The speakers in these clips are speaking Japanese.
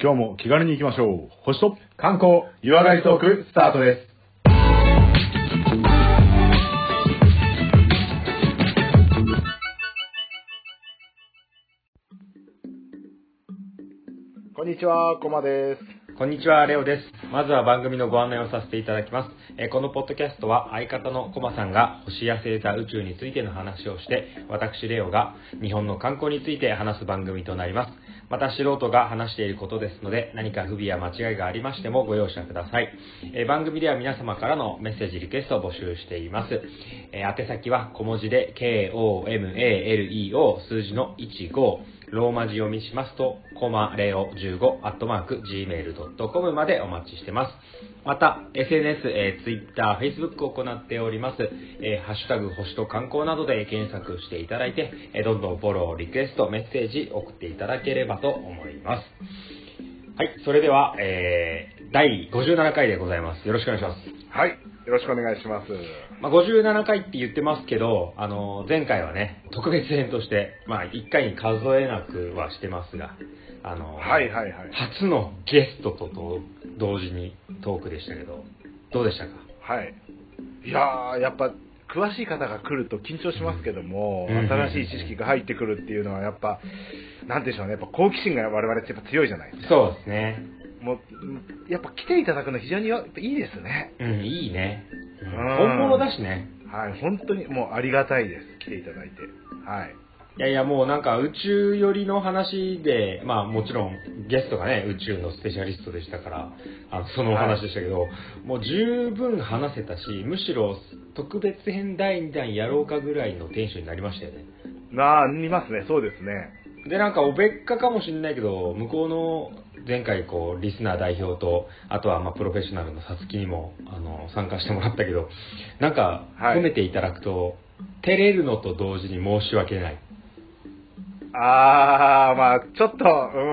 今日も気軽に行きましょう。星と観光湯上がりトークスタートです。 こんにちは、コマです。 こんにちは、レオです。まずは番組のご案内をさせていただきます。このポッドキャストは相方のコマさんが星や星座宇宙についての話をして、私レオが日本の観光について話す番組となります。また素人が話していることですので、何か不備や間違いがありましてもご容赦ください。番組では皆様からのメッセージリクエストを募集しています。宛先は小文字で KOMALEO 数字の15、ローマ字読みしますと、コマレオ15 @gmail.com までお待ちしてます。また、SNS、Twitter、Facebook を行っております。ハッシュタグ星と観光などで検索していただいて、どんどんフォロー、リクエスト、メッセージ送っていただければと思います。はい、それでは、第57回でございます。よろしくお願いします。 はい、よろしくお願いします。 57回って言ってますけど、前回はね、特別編として、1回に数えなくはしてますが、初のゲストと同時にトークでしたけど、どうでしたか？ はい。いやー、やっぱ、詳しい方が来ると緊張しますけども、新しい知識が入ってくるっていうのはやっぱ、なんでしょうね、やっぱ好奇心が我々ってやっぱ強いじゃないですか。 そうですね。 もう、やっぱ来ていただくの非常にいいですね。 いいね。本物だしね。 はい、本当にもうありがたいです。来ていただいて。はい。 いやもうなんか宇宙寄りの話で、もちろんゲストがね、宇宙のスペシャリストでしたから、そのお話でしたけど、もう十分話せたし、むしろ特別編第2弾やろうかぐらいのテンションになりましたよね。 見ますね、そうですね。 で、なんかおべっかかもしれないけど、向こうの前回リスナー代表と、あとはプロフェッショナルのさつきにも参加してもらったけど、なんか褒めていただくと、照れるのと同時に申し訳ない。 ちょっと、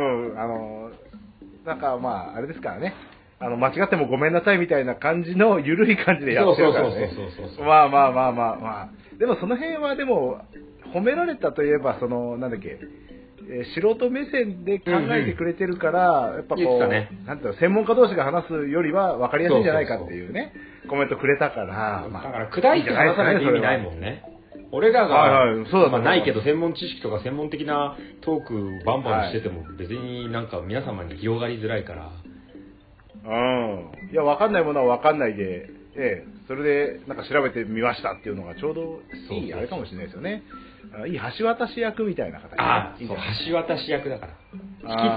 なんかあれですからね。間違ってもごめんなさいみたいな感じの緩い感じでやってるからね。そう。でもその辺はでも、褒められたといえば、なんだっけ、素人目線で考えてくれてるから、やっぱなんていうの、専門家同士が話すよりは分かりやすいんじゃないかっていうね、コメントくれたから。 だから砕いて話さないと意味ないもんね。俺らが、ないけど専門知識とか専門的なトークバンバンしてても別になんか皆様に広がりづらいから。 いや、分かんないものは分かんないで、それでなんか調べてみましたっていうのがちょうどいいあれかもしれないですよね。いい橋渡し役みたいな形で。 そう、橋渡し役だから。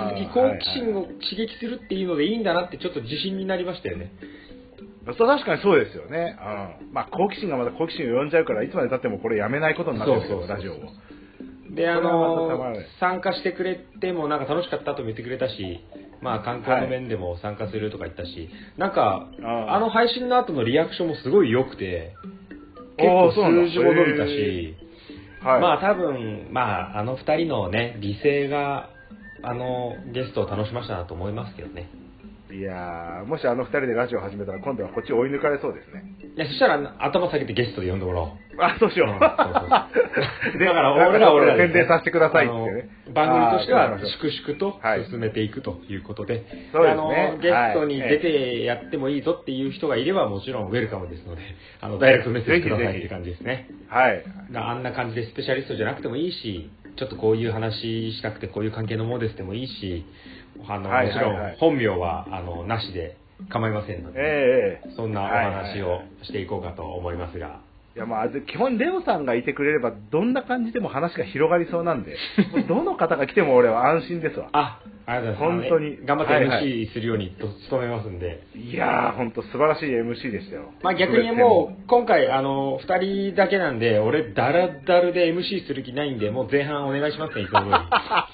引き続き好奇心を刺激するっていうのでいいんだなってちょっと自信になりましたよね。 そう、確かにそうですよね。好奇心がまた好奇心を呼んじゃうから、いつまで経ってもこれやめないことになってるんですよ、ラジオを。 で、参加してくれてもなんか楽しかったとも言ってくれたし、観光の面でも参加するとか言ったし、なんか、配信の後のリアクションもすごい良くて、結構数字も伸びたし、多分、二人のね、理性が、ゲストを楽しませたなと思いますけどね。 いやー、もし二人でラジオ始めたら今度はこっち追い抜かれそうですね。 いや、そしたら頭下げてゲストで呼んでもらおう。 そうしよう。だから俺ら宣伝させてくださいってね。 番組としては粛々と進めていくということで、 そうですね。 ゲストに出てやってもいいぞっていう人がいればもちろんウェルカムですので、ダイレクトメッセージくださいっていう感じですね。 はい。 あんな感じでスペシャリストじゃなくてもいいし、ちょっとこういう話したくてこういう関係のものですでもいいし、もちろん本名はなしで構いませんので、そんなお話をしていこうかと思いますが。 いや基本レオさんがいてくれればどんな感じでも話が広がりそうなんで、どの方が来ても俺は安心ですわ。 ありがとうございます。 本当に頑張って MC するように努めますんで。 いやー、本当素晴らしい MC でしたよ。 逆にもう今回2人だけなんで、俺ダラダルで MC する気ないんで、もう前半お願いしますね、いつも通り。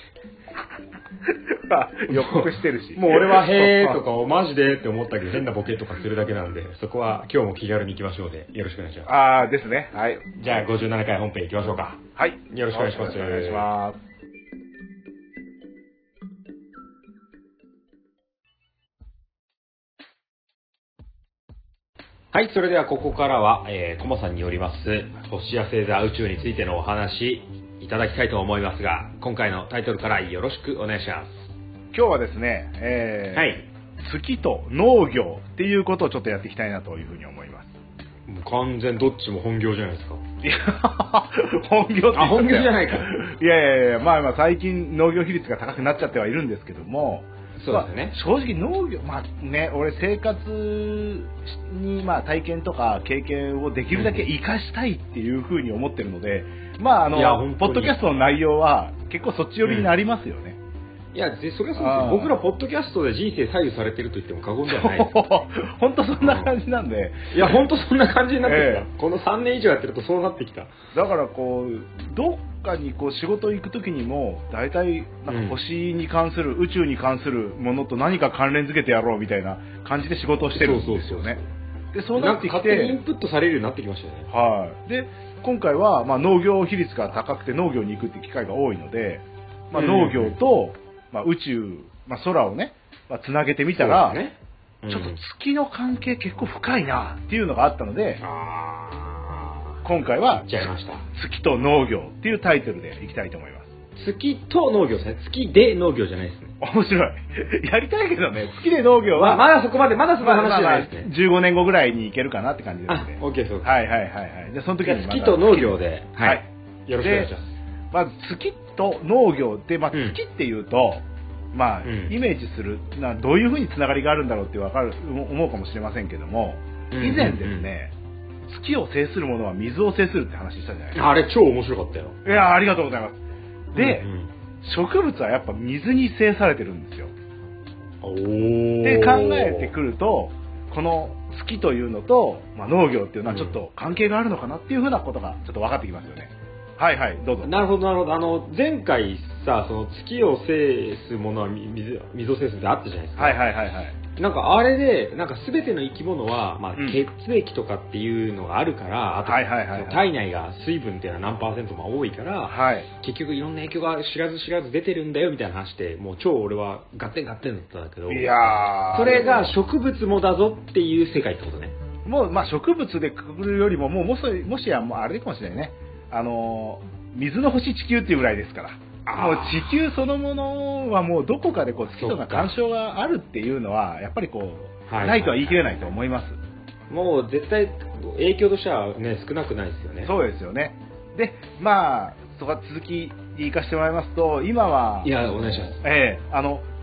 予告してるし。 もう俺はへーとかマジでって思ったけど変なボケとかするだけなんで、そこは今日も気軽に行きましょうで、よろしくお願いします。 ですね。はい。 じゃあ57回本編行きましょうか。 はい。 よろしくお願いします。 お願いします。 はい、それではここからは、コマさんによります星や星座宇宙についてのお話いただきたいと思いますが、今回のタイトルからよろしくお願いします。 今日はですね、 はい。 月と農業っていうことをちょっとやっていきたいなというふうに思います。 もう完全どっちも本業じゃないですか。 いや、本業って。 本業じゃないか。 いやいや、まあ最近農業比率が高くなっちゃってはいるんですけども、 そうですね。 正直農業、俺生活に体験とか経験をできるだけ活かしたいっていうふうに思ってるので、ポッドキャストの内容は結構そっち寄りになりますよね。 いや、それはそうですよ。僕らポッドキャストで人生左右されてると言っても過言ではないです。 本当そんな感じなんで。 いや、本当そんな感じになってきた。この3年以上やってるとそうなってきた。 だからどっかに仕事行くときにも、大体星に関する、宇宙に関するものと何か関連づけてやろうみたいな感じで仕事をしてるんですよね。で、そうなってきて。 勝手にインプットされるようになってきましたよね。 はい。で、今回は農業比率が高くて農業に行くって機会が多いので、農業と、宇宙、空をね、つなげてみたら、ね、ちょっと月の関係結構深いなっていうのがあったので、今回は月と農業っていうタイトルでいきたいと思います。 月と農業ですね。月で農業じゃないですね。 面白い。やりたいけどね、月で農業は、 まだそこまで、まだその話じゃないですね。 15年後ぐらいに行けるかなって感じですね。 OK そうです。 はい。じゃあその時に月と農業で、はい。よろしくお願いします。 まず月と農業で、月っていうと、イメージするどういうふうにつながりがあるんだろうって思うかもしれませんけども、以前ですね、月を制するものは水を制するって話したじゃないですか。 あれ超面白かったよ。 いや、ありがとうございます。で、植物はやっぱ水に制されてるんですよ。で考えてくると、この月というのと、農業っていうのはちょっと関係があるのかなっていうふうなことがちょっと分かってきますよね。はい、どうぞ。 なるほど。前回さ、その月を制すものは水を制すってあったじゃないですか。 はい。 なんかあれで、全ての生き物は、血液とかっていうのがあるから、あと、体内が水分っていうのは何%も多いから、結局いろんな影響が知らず出てるんだよみたいな話で、もう超俺はガッテンだったんだけど、 いやー、 それが植物もだぞっていう世界ってことね。 もう、植物でくくるよりも、もしや、あれかもしれないね。水の星地球っていうぐらいですから。もう地球そのものはもうどこかで月との干渉があるっていうのはやっぱりないとは言い切れないと思います。 もう絶対影響としてはね少なくないですよね。 そうですよね。でそこは続き言かしてもらいますと、今はいやお願いします。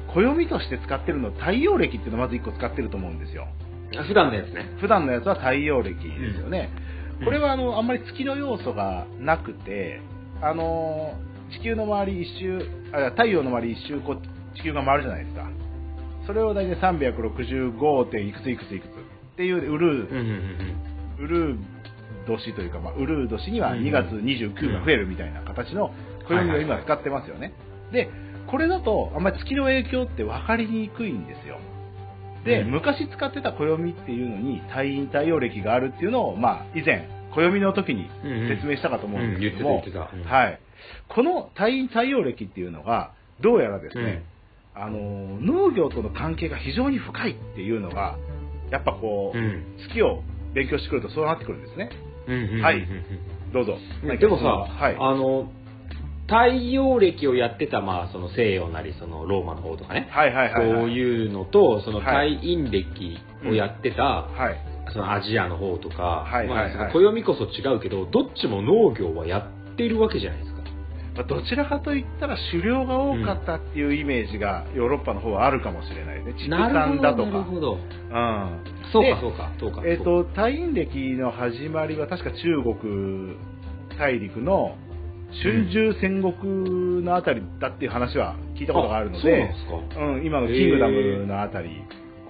暦として使ってるの太陽暦っていうのをまず1個使ってると思うんですよ。 普段のやつね。 普段のやつは太陽暦ですよね。これはあんまり月の要素がなくて、地球の周り一周、太陽の周り一周地球が回るじゃないですか。それを大体 365. 点いくつっていうウルー年というか、ウルー年には2月29が増えるみたいな形の暦を今使ってますよね。で、これだとあんまり月の影響って分かりにくいんですよ。で、昔使ってた暦っていうのに太陽暦があるっていうのを以前暦の時に説明したかと思うんですけども、この太陽暦っていうのがどうやらですね、農業との関係が非常に深いっていうのがやっぱ月を勉強してくるとそうなってくるんですね。はい、どうぞ。 でもさ、太陽暦をやってたその西洋なりそのローマの方とかね、そういうのとその太陰暦をやってた、そのアジアの方とか、暦こそ違うけどどっちも農業はやっているわけじゃないですか。 どちらかといったら狩猟が多かったっていうイメージがヨーロッパの方はあるかもしれないね。畜産だとか。 なるほど。そうか。 太陰暦の始まりは確か中国大陸の春秋戦国のあたりだっていう話は聞いたことがあるので、今のキングダムのあたり。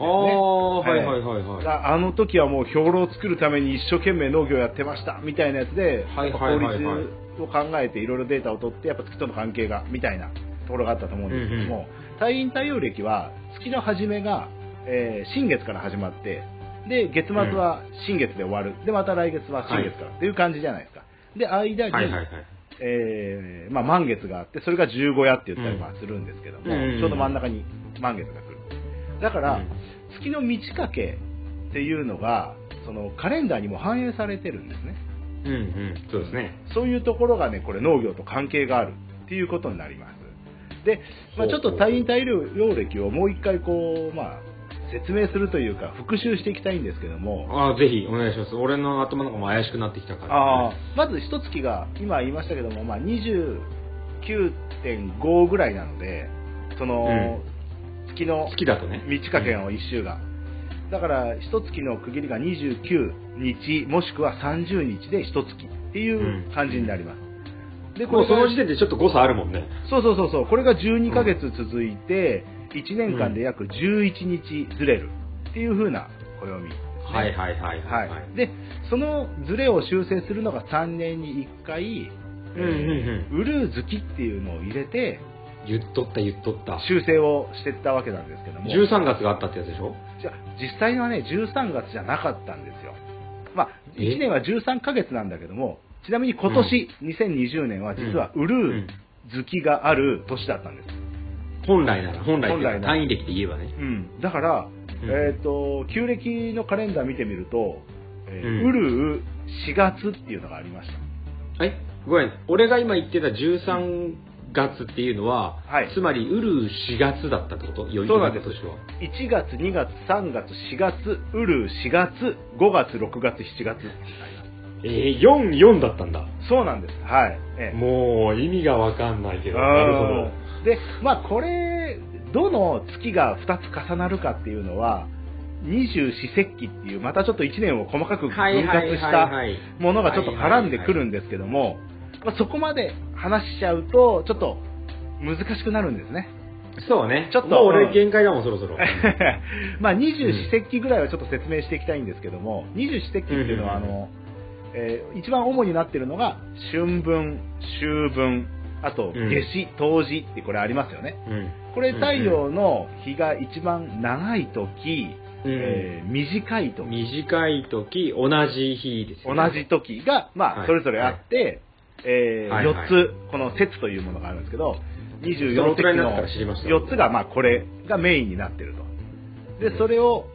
あの時はもう兵糧を作るために一生懸命農業やってましたみたいなやつで、法律を考えていろいろデータを取ってやっぱ月との関係がみたいなところがあったと思うんですけども、太陽暦は月の始めが、新月から始まって、で月末は新月で終わる、でまた来月は新月からっていう感じじゃないですか。で間に、満月があって、それが15夜って言ったりするんですけども、ちょうど真ん中に満月が来る。だから、月の満ち欠けっていうのがそのカレンダーにも反映されてるんですね。 そうですね。 そういうところがね、これ農業と関係があるっていうことになります。 で、ちょっと退院退養歴をもう一回説明するというか復習していきたいんですけども。 ぜひお願いします。俺の頭の中も怪しくなってきたから、ね。 まず一月が今言いましたけども、29.5 ぐらいなので、その、月の月だとね、 3日間を1週が、だから一月の区切りが29日もしくは30日で一月っていう感じになります。 でこれその時点でちょっと誤差あるもんね。 そうこれが12ヶ月続いて、1年間で約11日ずれるっていう風な暦ですね。 はい。 で、そのずれを修正するのが3年に1回、ウルー月っていうのを入れて、 言っとった。 修正をしていったわけなんですけども。 13月があったってやつでしょ？ じゃ実際はね、13月じゃなかったんですよ。1年は13ヶ月なんだけども、ちなみに今年、2020年は実はウルー月がある年だったんです。 本来なら単位歴で言えばね。 だから、旧暦のカレンダー見てみると、ウルー4月っていうのがありました。 ごめん、俺が今言ってた13月っていうのは、つまりウルー4月だったってこと？ そうなんです。1月、2月、3月、4月、ウルー4月、5月、6月、7月。 4だったんだ。 そうなんです。 もう意味がわかんないけど、なるほど。 で、これ、どの月が2つ重なるかっていうのは、二十四節気っていう、またちょっと1年を細かく分割したものがちょっと絡んでくるんですけども、そこまで話しちゃうと、ちょっと難しくなるんですね。 そうね。ちょっともう俺限界だもん、そろそろ。 二十四節気ぐらいはちょっと説明していきたいんですけども、二十四節気っていうのは、一番主になっているのが、春分、秋分、あと、夏至、冬至ってこれありますよね。これ太陽の日が一番長い時、短い時、同じ日ですよね。 同じ時が、それぞれあって、4つ、この節というものがあるんですけど、24節気の4つが、これがメインになっていると。で、それを、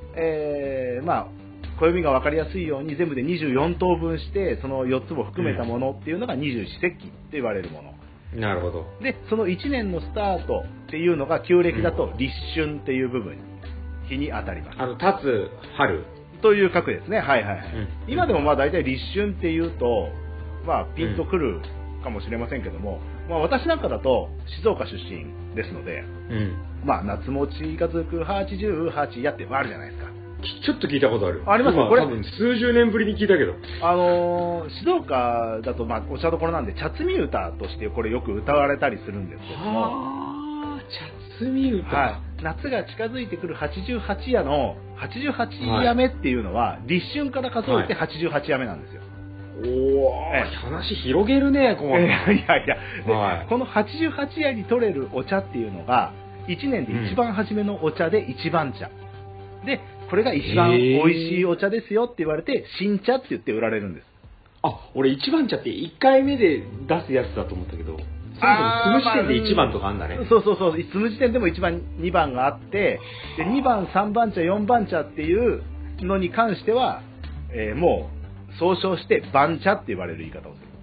暦が分かりやすいように全部で24等分して、その4つも含めたものっていうのが二十四節気って言われるもの。 なるほど。 で、その1年のスタートっていうのが旧暦だと立春っていう部分日に当たります。 立つ春という書くですね。今でも大体立春っていうと、ピンとくるかもしれませんけども、私なんかだと静岡出身ですので、夏もちがつく88夜ってあるじゃないですか。 ちょっと聞いたことある。 ありますか？これ多分数十年ぶりに聞いたけど。 静岡だとお茶どころなんで、茶摘み歌としてこれよく歌われたりするんですけども。 茶摘み歌。 夏が近づいてくる88夜の88夜目っていうのは、立春から数えて88夜目なんですよ。 話広げるね、この88夜に取れるお茶っていうのが、1年で一番初めのお茶で一番茶。で、これが一番美味しいお茶ですよって言われて、新茶って言って売られるんです。 俺一番茶って1回目で出すやつだと思ったけど、積む時点で1番とかあんだね。 そう。積む時点でも1番、2番があって、で、2番、3番茶、4番茶っていうのに関しては、もう、総称して番茶って言われる言い方をする。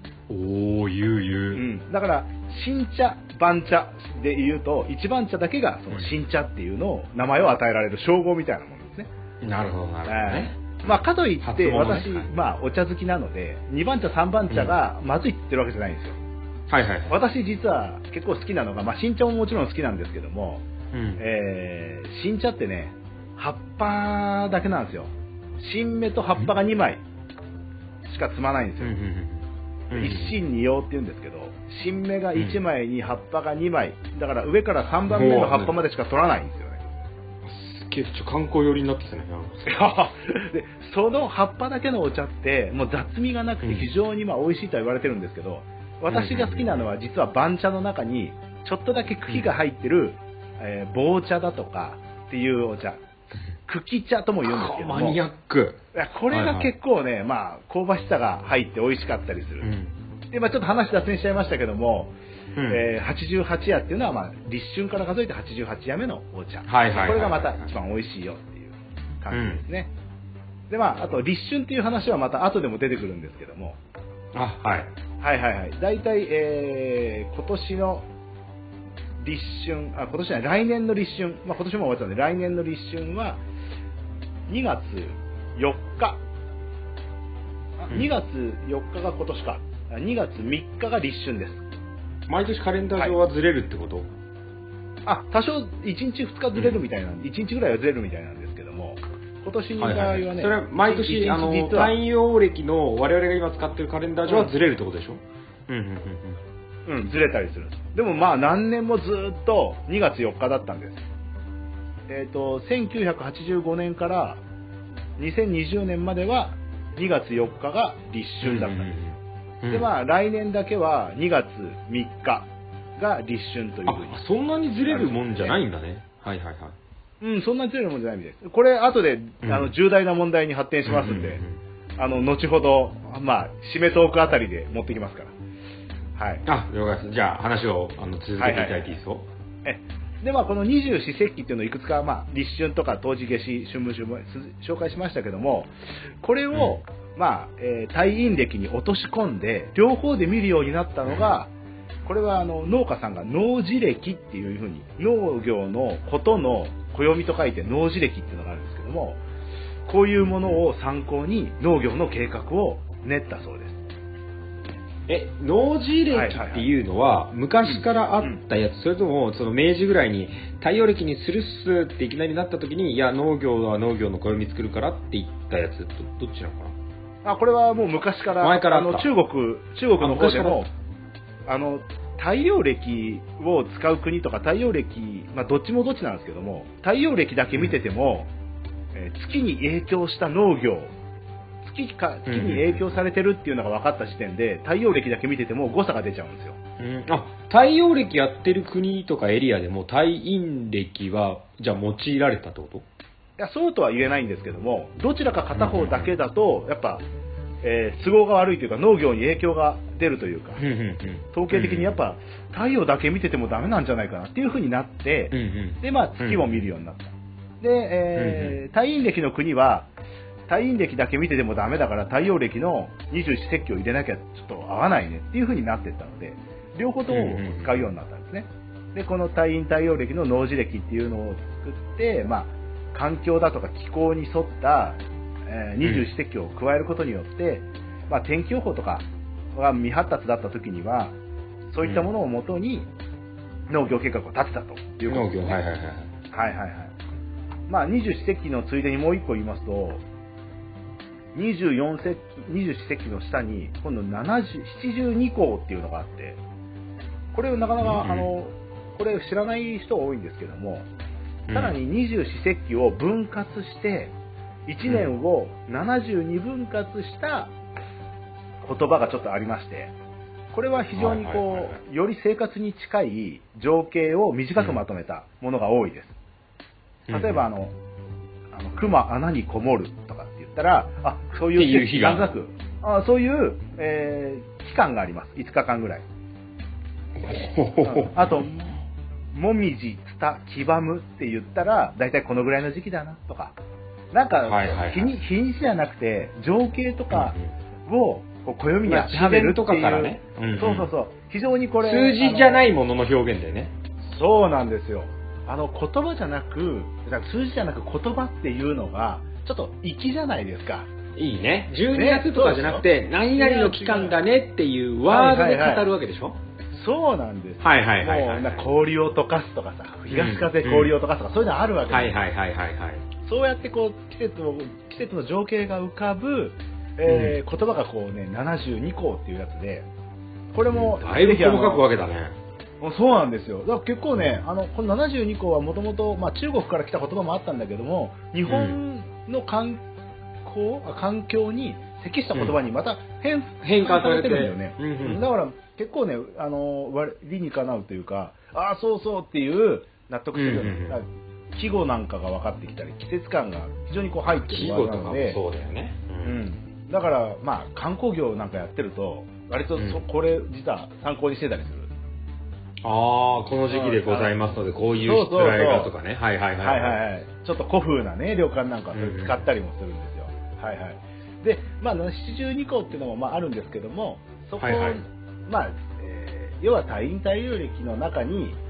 だから、新茶、番茶で言うと、一番茶だけがその新茶っていうのを、名前を与えられる称号みたいなものですね。 なるほどね。 かといって、私、お茶好きなので、2番茶、3番茶がまずいって言ってるわけじゃないんですよ。私実は結構好きなのが、新茶ももちろん好きなんですけども、新茶ってね、葉っぱだけなんですよ。新芽と葉っぱが2枚しか摘まないんですよ。一芯二葉って言うんですけど、新芽が1枚に葉っぱが2枚、だから上から3番目の葉っぱまでしか取らないんですよね。 すげえ、観光寄りになってきたね。 で、その葉っぱだけのお茶ってもう雑味がなくて非常に美味しいとは言われてるんですけど、私が好きなのは実は番茶の中にちょっとだけ茎が入ってる、棒茶だとかっていうお茶、茎茶とも言うんですけども、 マニアック。 これが結構ね、香ばしさが入って美味しかったりする。で、ちょっと話脱線しちゃいましたけども、88夜っていうのは、立春から数えて88夜目のお茶。これがまた一番美味しいよっていう感じですね。で、あと立春っていう話はまた後でも出てくるんですけども。だいたい、今年の立春、今年は来年の立春、今年も終わったので、来年の立春は2月4日。2月4日が今年か。2月3日が立春です。 毎年カレンダー上はずれるってこと？ 多少1日2日ずれるみたいなんで、1日ぐらいはずれるみたいなんですけども、今年の場合はね、 それは毎年太陽暦の我々が今使ってるカレンダー上はずれるってことでしょ？ ずれたりする。でも何年もずっと2月4日だったんです。1985年から2020年までは2月4日が立春だったんです。で来年だけは2月3日が立春というふうに。 そんなにずれるもんじゃないんだね。 そんなにずれるもんじゃないみたいです。これ後で重大な問題に発展しますんで、後ほど締めトークあたりで持ってきますから。はい。 了解です。じゃあ話を続けていただいていいですか？ でこの二十四節気っていうのをいくつか立春とか冬至夏至春分秋分紹介しましたけども、これを太陰暦に落とし込んで両方で見るようになったのが、これは農家さんが農事暦っていうふうに、農業のことの暦と書いて農事暦っていうのがあるんですけども、こういうものを参考に農業の計画を練ったそうです。 農事暦っていうのは昔からあったやつ、それともその明治ぐらいに太陽暦にするっすっていきなりなった時に、いや農業は農業の暦作るからって言ったやつ、どっちなのかな？ これはもう昔から、 前からあった。 中国の方でも太陽暦を使う国とか太陽暦、どっちもどっちなんですけども、太陽暦だけ見てても、月に影響した農業、月に影響されてるっていうのが分かった時点で、太陽暦だけ見てても誤差が出ちゃうんですよ。 太陽暦やってる国とかエリアでも太陰暦はじゃあ用いられたってこと？ いや、そうとは言えないんですけども、どちらか片方だけだとやっぱ、都合が悪いというか農業に影響が出るというか、統計的にやっぱ太陽だけ見ててもダメなんじゃないかなっていう風になって、で月も見るようになった。で、太陰暦の国は太陰暦だけ見ててもダメだから太陽暦の二十四節気を入れなきゃちょっと合わないねっていう風になっていったので、両方とも使うようになったんですね。でこの太陽暦の農事暦っていうのを作って、環境だとか気候に沿った二十四節気を加えることによって、天気予報とかが未発達だった時にはそういったものをもとに農業計画を立てたということですね。二十四節気のついでにもう一個言いますと、二十四節気の下に今度七十二候っていうのがあって、これなかなかこれ知らない人が多いんですけども、さらに二十四節気を分割して1年を72分割した言葉がちょっとありまして、これは非常により生活に近い情景を短くまとめたものが多いです。例えば熊穴にこもるとかって言ったら、そういう日がそういう期間があります。5日間ぐらい。あともみじつた黄ばむって言ったらだいたいこのぐらいの時期だなとか、なんか日にちじゃなくて情景とかを暦に当てはめるっていう、 とかからね、 そう非常にこれ数字じゃないものの表現だよね。 そうなんですよ。言葉じゃなく数字じゃなく言葉っていうのがちょっと粋じゃないですか。 いいね。12月とかじゃなくて何々の期間だねっていうワードで語るわけでしょ。 そうなんです。氷を溶かすとかさ、東風氷を溶かすとか、そういうのあるわけです。そうやって季節の情景が浮かぶ、言葉が72項っていうやつで、これもだいぶ細かくわけだね。 そうなんですよ。だから結構ね、この72項はもともと中国から来た言葉もあったんだけども、日本の環境に適した言葉にまた変換されてるんだよね。だから結構ね、理にかなうというか、そうそうっていう納得するような、季語なんかが分かってきたり、季節感が非常に入ってるワードなので、 そうだよね。 だから観光業なんかやってると割とこれ実は参考にしてたりする。 この時期でございますのでこういうしつらいがとかね。 ちょっと古風なね旅館なんかそれ使ったりもするんですよ。で72項っていうのもあるんですけども、そこ要は太陽暦の中に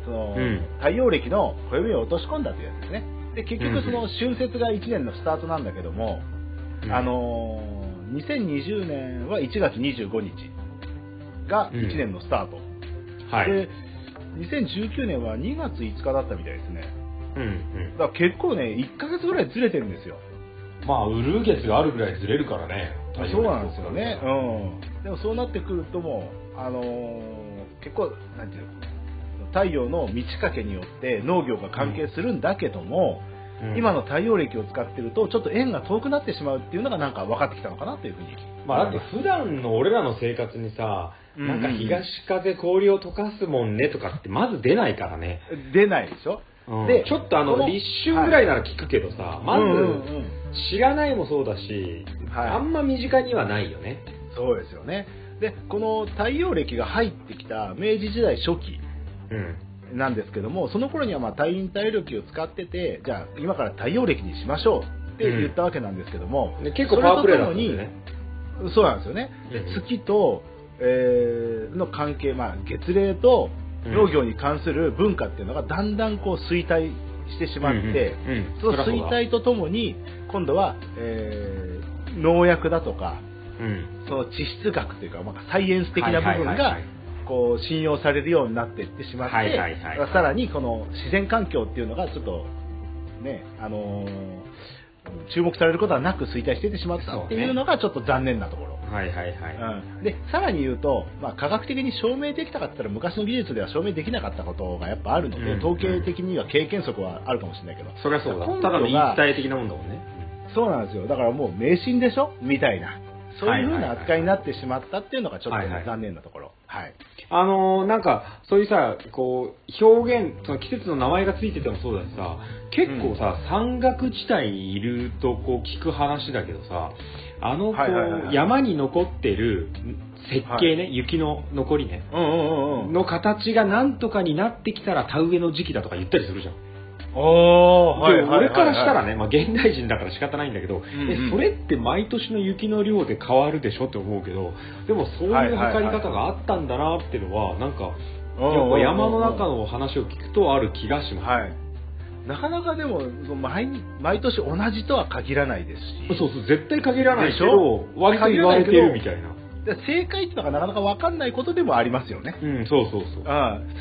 その、太陽暦の暦を落とし込んだというやつですね。で、結局その春節が1年のスタートなんだけども、2020年は1月25日が1年のスタート。 はい。 で、2019年は2月5日だったみたいですね。だから結構ね、1ヶ月ぐらいずれてるんですよ。 まあ、ウルー月があるぐらいずれるからね。 そうなんですよね。でもそうなってくるともう、結構、なんていうの、太陽の満ち欠けによって農業が関係するんだけども、今の太陽暦を使ってるとちょっと縁が遠くなってしまうっていうのがなんか分かってきたのかなというふうに。 まあだって普段の俺らの生活にさ、なんか東風氷を溶かすもんねとかってまず出ないからね。 出ないでしょ。 で、ちょっと立春ぐらいなら聞くけどさ、まず知らないもそうだし、あんま身近にはないよね。 そうですよね。で、この太陽暦が入ってきた明治時代初期なんですけども、その頃にはまあ太陰太陽暦を使ってて、じゃあ今から太陽暦にしましょうって言ったわけなんですけども、 結構パワープレイだったんですよね。 そうなんですよね。月と、の関係、まあ月齢と農業に関する文化っていうのがだんだんこう衰退してしまって、その衰退とともに今度は、農薬だとか、その地質学というか、まあ、サイエンス的な部分がこう信用されるようになっていってしまって、さらにこの自然環境っていうのがちょっとね、注目されることはなく衰退していってしまったっていうのがちょっと残念なところ。で、さらに言うと、まあ、科学的に証明できたかったら昔の技術では証明できなかったことがやっぱあるので、統計的には経験則はあるかもしれないけど。 そりゃそうだ。ただの言い伝え的なもんだもんね。 そうなんですよ。だからもう迷信でしょみたいな。そういう風な扱いになってしまったっていうのがちょっと残念なところ。 なんか、そういうさ、こう、表現、その季節の名前がついててもそうだしさ、結構さ、山岳地帯にいるとこう聞く話だけどさ、山に残ってる雪形ね、雪の残りね、の形がなんとかになってきたら田植えの時期だとか言ったりするじゃん。俺からしたらね、まあ、現代人だから仕方ないんだけど、それって毎年の雪の量で変わるでしょって思うけど、でもそういう測り方があったんだなっていうのは、なんか、やっぱ山の中の話を聞くとある気がします。 なかなかでも毎年同じとは限らないですし。 そうそう、絶対限らないけど、割と言われてるみたいな。 正解っていうのがなかなか分かんないことでもありますよね。 そうそうそう。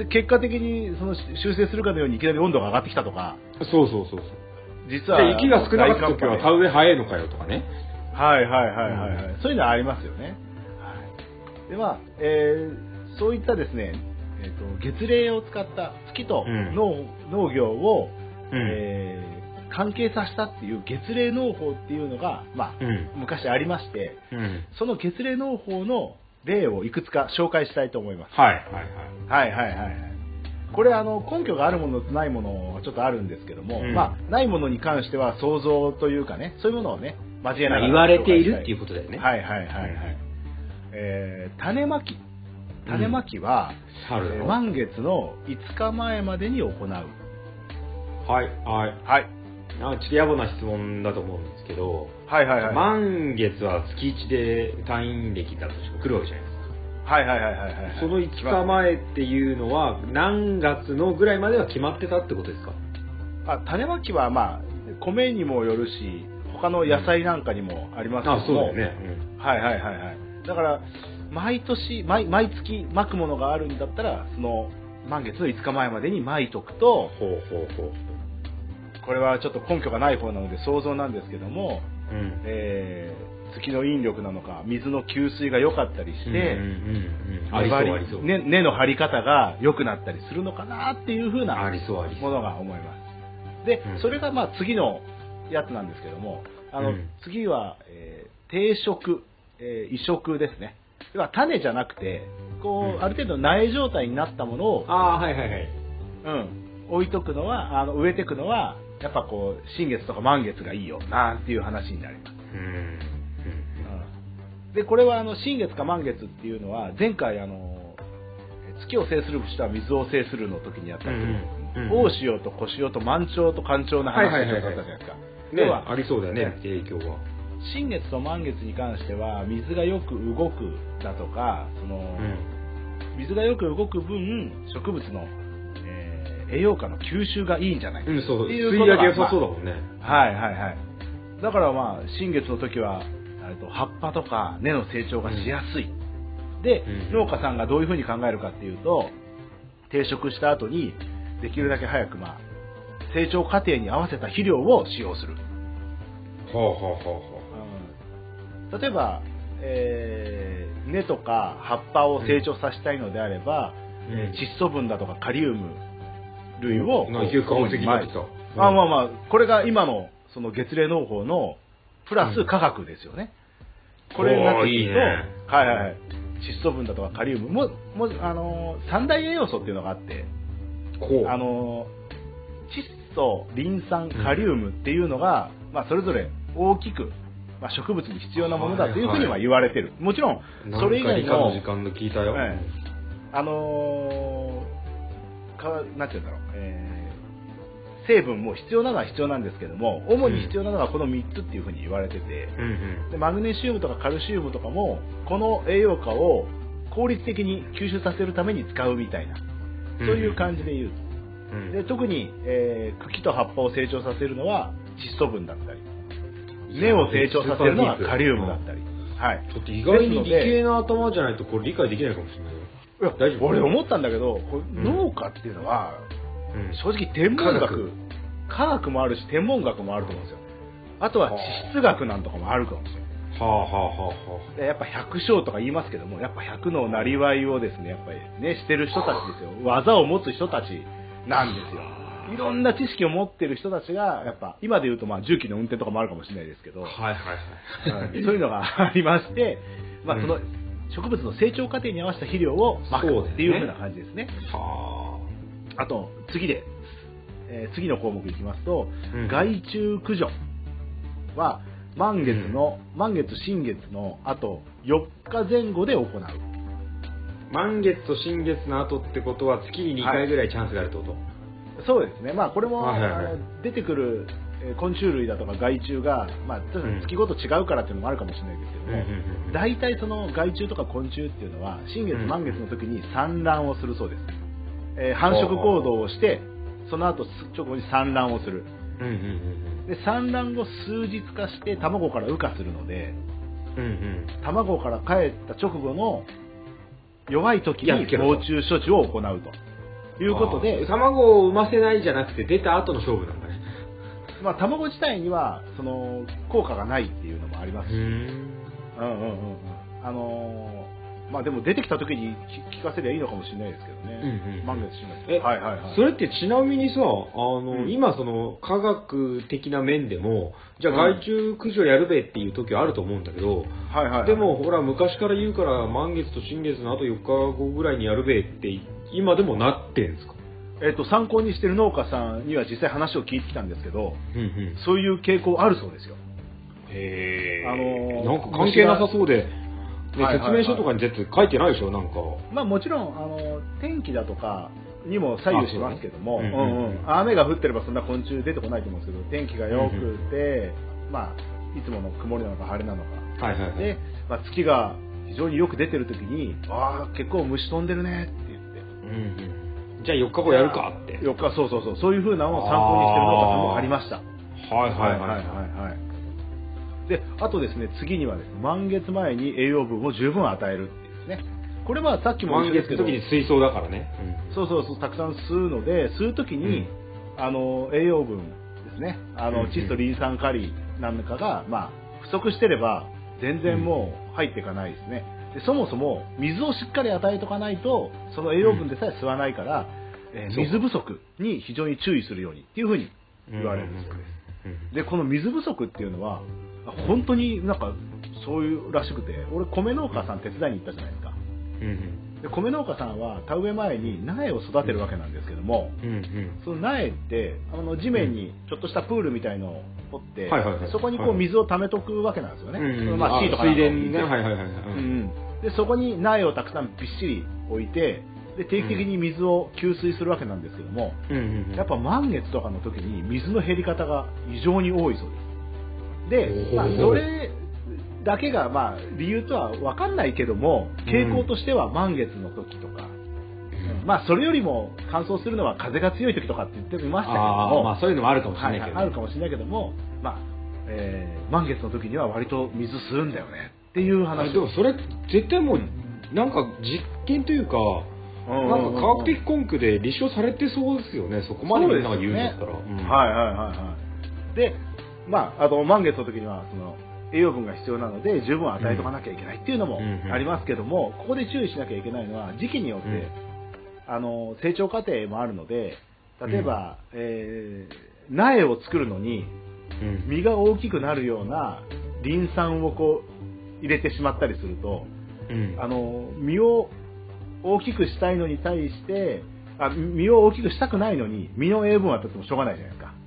結果的にその修正するかのようにいきなり温度が上がってきたとか。 そう。 実は雪が少なかった時は田植え早いのかよとかね。 そういうのはありますよね。では、そういったですね、月齢を使った月と農業を、関係させたっていう月齢農法っていうのが、まあ昔ありまして、その月齢農法の例をいくつか紹介したいと思います。これ根拠があるものとないものはちょっとあるんですけども、まあないものに関しては想像というかね、そういうものをね交えながら言われているっていうことだよね。 種まきは、満月の5日前までに行う。 ちょっと野暮な質問だと思うんですけど、満月は月1で太陰暦だとして来るわけじゃないですか。その5日前っていうのは何月のぐらいまでは決まってたってことですか？ 種まきはまあ米にもよるし、他の野菜なんかにもありますけども、 そうだよね。 だから毎月まくものがあるんだったら、その満月の5日前までにまいとくと、これはちょっと根拠がない方なので想像なんですけども、月の引力なのか水の吸水が良かったりして根の張り方が良くなったりするのかなっていう風なものが思います。で、それがまあ次のやつなんですけども、次は、定植、移植ですね。では種じゃなくてこう、ある程度苗状態になったものを置いとくのは植えていくのはやっぱこう新月とか満月がいいよなんていう話になります。でこれは新月か満月っていうのは前回月を制する人は水を制するの時にやったけど、大潮と小潮と満潮と干潮の話をしたじゃないですか。 ではありそうだよね、影響は。 新月と満月に関しては水がよく動くだとか、その、水がよく動く分植物の、 栄養価の吸収がいいんじゃないかってそう、 いう吸い上げ良さそうだもんね。 はいはいはい。だからまあ新月の時は葉っぱとか根の成長がしやすい。で、農家さんがどういうふうに考えるかっていうと、定食した後にできるだけ早くまあ成長過程に合わせた肥料を使用する。例えば、根とか葉っぱを成長させたいのであれば、窒素分だとかカリウム類をまあまあまあ、これが今のその月齢農法のプラス化学ですよね。これになってくると、はいはい、窒素分だとかカリウムも三大栄養素っていうのがあって、窒素、リン酸、カリウムっていうのが、まあ、それぞれ大きく、まあ、植物に必要なものだというふうには言われてる。もちろんそれ以外の時間の聞いたよ。 なんていうんだろう、成分も必要なのは必要なんですけども、主に必要なのはこの3つっていうふうに言われてて、でマグネシウムとかカルシウムとかもこの栄養価を効率的に吸収させるために使うみたいな、そういう感じで言うと、で特に、茎と葉っぱを成長させるのは窒素分だったり、根を成長させるのはカリウムだったり、はい、 ちょっと意外に理系の頭じゃないとこれ理解できないかもしれないよ。 大丈夫？俺思ったんだけど、農家っていうのは、正直天文学、科学もあるし天文学もあると思うんですよ。あとは地質学なんとかもあると思うんですよ。でやっぱ百姓とか言いますけども、やっぱ百のなりわいをですね、やっぱりねしてる人たちですよ。技を持つ人たちなんですよ。いろんな知識を持ってる人たちがやっぱ今で言うとまあ重機の運転とかもあるかもしれないですけど、そういうのがありまして、まあその植物の成長過程に合わせた肥料をまくっていう風な感じですね。あと次で、次の項目いきますと、害虫駆除は満月新月のあと4日前後で行う。 満月と新月の後ってことは月に2回ぐらいチャンスがあるってこと？ そうですね。まあこれも、出てくる昆虫類だとか害虫が、まあ、月ごと違うからっていうのもあるかもしれないですけども、大体その害虫とか昆虫っていうのは新月満月の時に産卵をするそうです。繁殖行動をしてその後直後に産卵をする。で産卵後数日化して卵から羽化するので、卵から帰った直後の弱い時に防虫処置を行うということで、 卵を産ませないじゃなくて出た後の勝負なんだね。 まあ卵自体にはその効果がないっていうのもありますし、まあでも出てきた時に聞かせりゃいいのかもしれないですけどね。満月新月。 それってちなみにさ、今その科学的な面でも、じゃあ害虫駆除やるべっていう時はあると思うんだけど、でもほら昔から言うから満月と新月のあと4日後ぐらいにやるべって今でもなってんですか？ 参考にしてる農家さんには実際話を聞いてきたんですけど、そういう傾向あるそうですよ。 なんか関係なさそうで。説明書とかに絶対書いてないでしょ、なんか。 まあもちろん天気だとかにも左右しますけども、雨が降ってればそんな昆虫出てこないと思うんですけど、天気が良くて、まあいつもの曇りなのか晴れなのか、で、まあ、月が非常によく出てる時に、結構虫飛んでるねって言って、 じゃあ4日後やるかって。 4日、そういう風なのを参考にしてる農家さんもありました。で、あとですね、次にはですね、満月前に栄養分を十分与えるっていうですね。これはさっきも言ったんですけど、満月の時に水槽だからね。 たくさん吸うので、吸う時に、栄養分ですね、窒素、リン酸、カリなんかが、まあ、不足してれば全然もう入っていかないですね。でそもそも水をしっかり与えとかないと、その栄養分でさえ吸わないから、水不足に非常に注意するようにっていうふうに言われるんですよね。で、この水不足っていうのは本当になんかそういうらしくて、俺米農家さん手伝いに行ったじゃないですか。で米農家さんは田植え前に苗を育てるわけなんですけども、その苗って地面にちょっとしたプールみたいのを掘って、そこにこう水を溜めとくわけなんですよね。まあシートかなんかを引いて、でそこに苗をたくさんびっしり置いて、で定期的に水を給水するわけなんですけども、やっぱ満月とかの時に水の減り方が異常に多いそうです。で、まあ、それだけがまあ理由とは分かんないけども、傾向としては満月の時とかまあそれよりも乾燥するのは風が強い時とかって言ってましたけども、 まあそういうのもあるかもしれないけど、ね、 あるかもしれないけども、まあ、満月の時には割と水吸うんだよねっていう話。 でもそれ絶対もうなんか実験というか、なんか科学的根拠で立証されてそうですよね。そこまでみんなが言うんだったら。 はいはいはいはい。で、まあ満月の時にはその栄養分が必要なので十分与えとかなきゃいけないっていうのもありますけども、ここで注意しなきゃいけないのは時期によって、成長過程もあるので、例えば、苗を作るのに実が大きくなるようなリン酸をこう入れてしまったりすると、実を大きくしたいのに対して実を大きくしたくないのに実の栄分を与えてもしょうがないじゃないですか。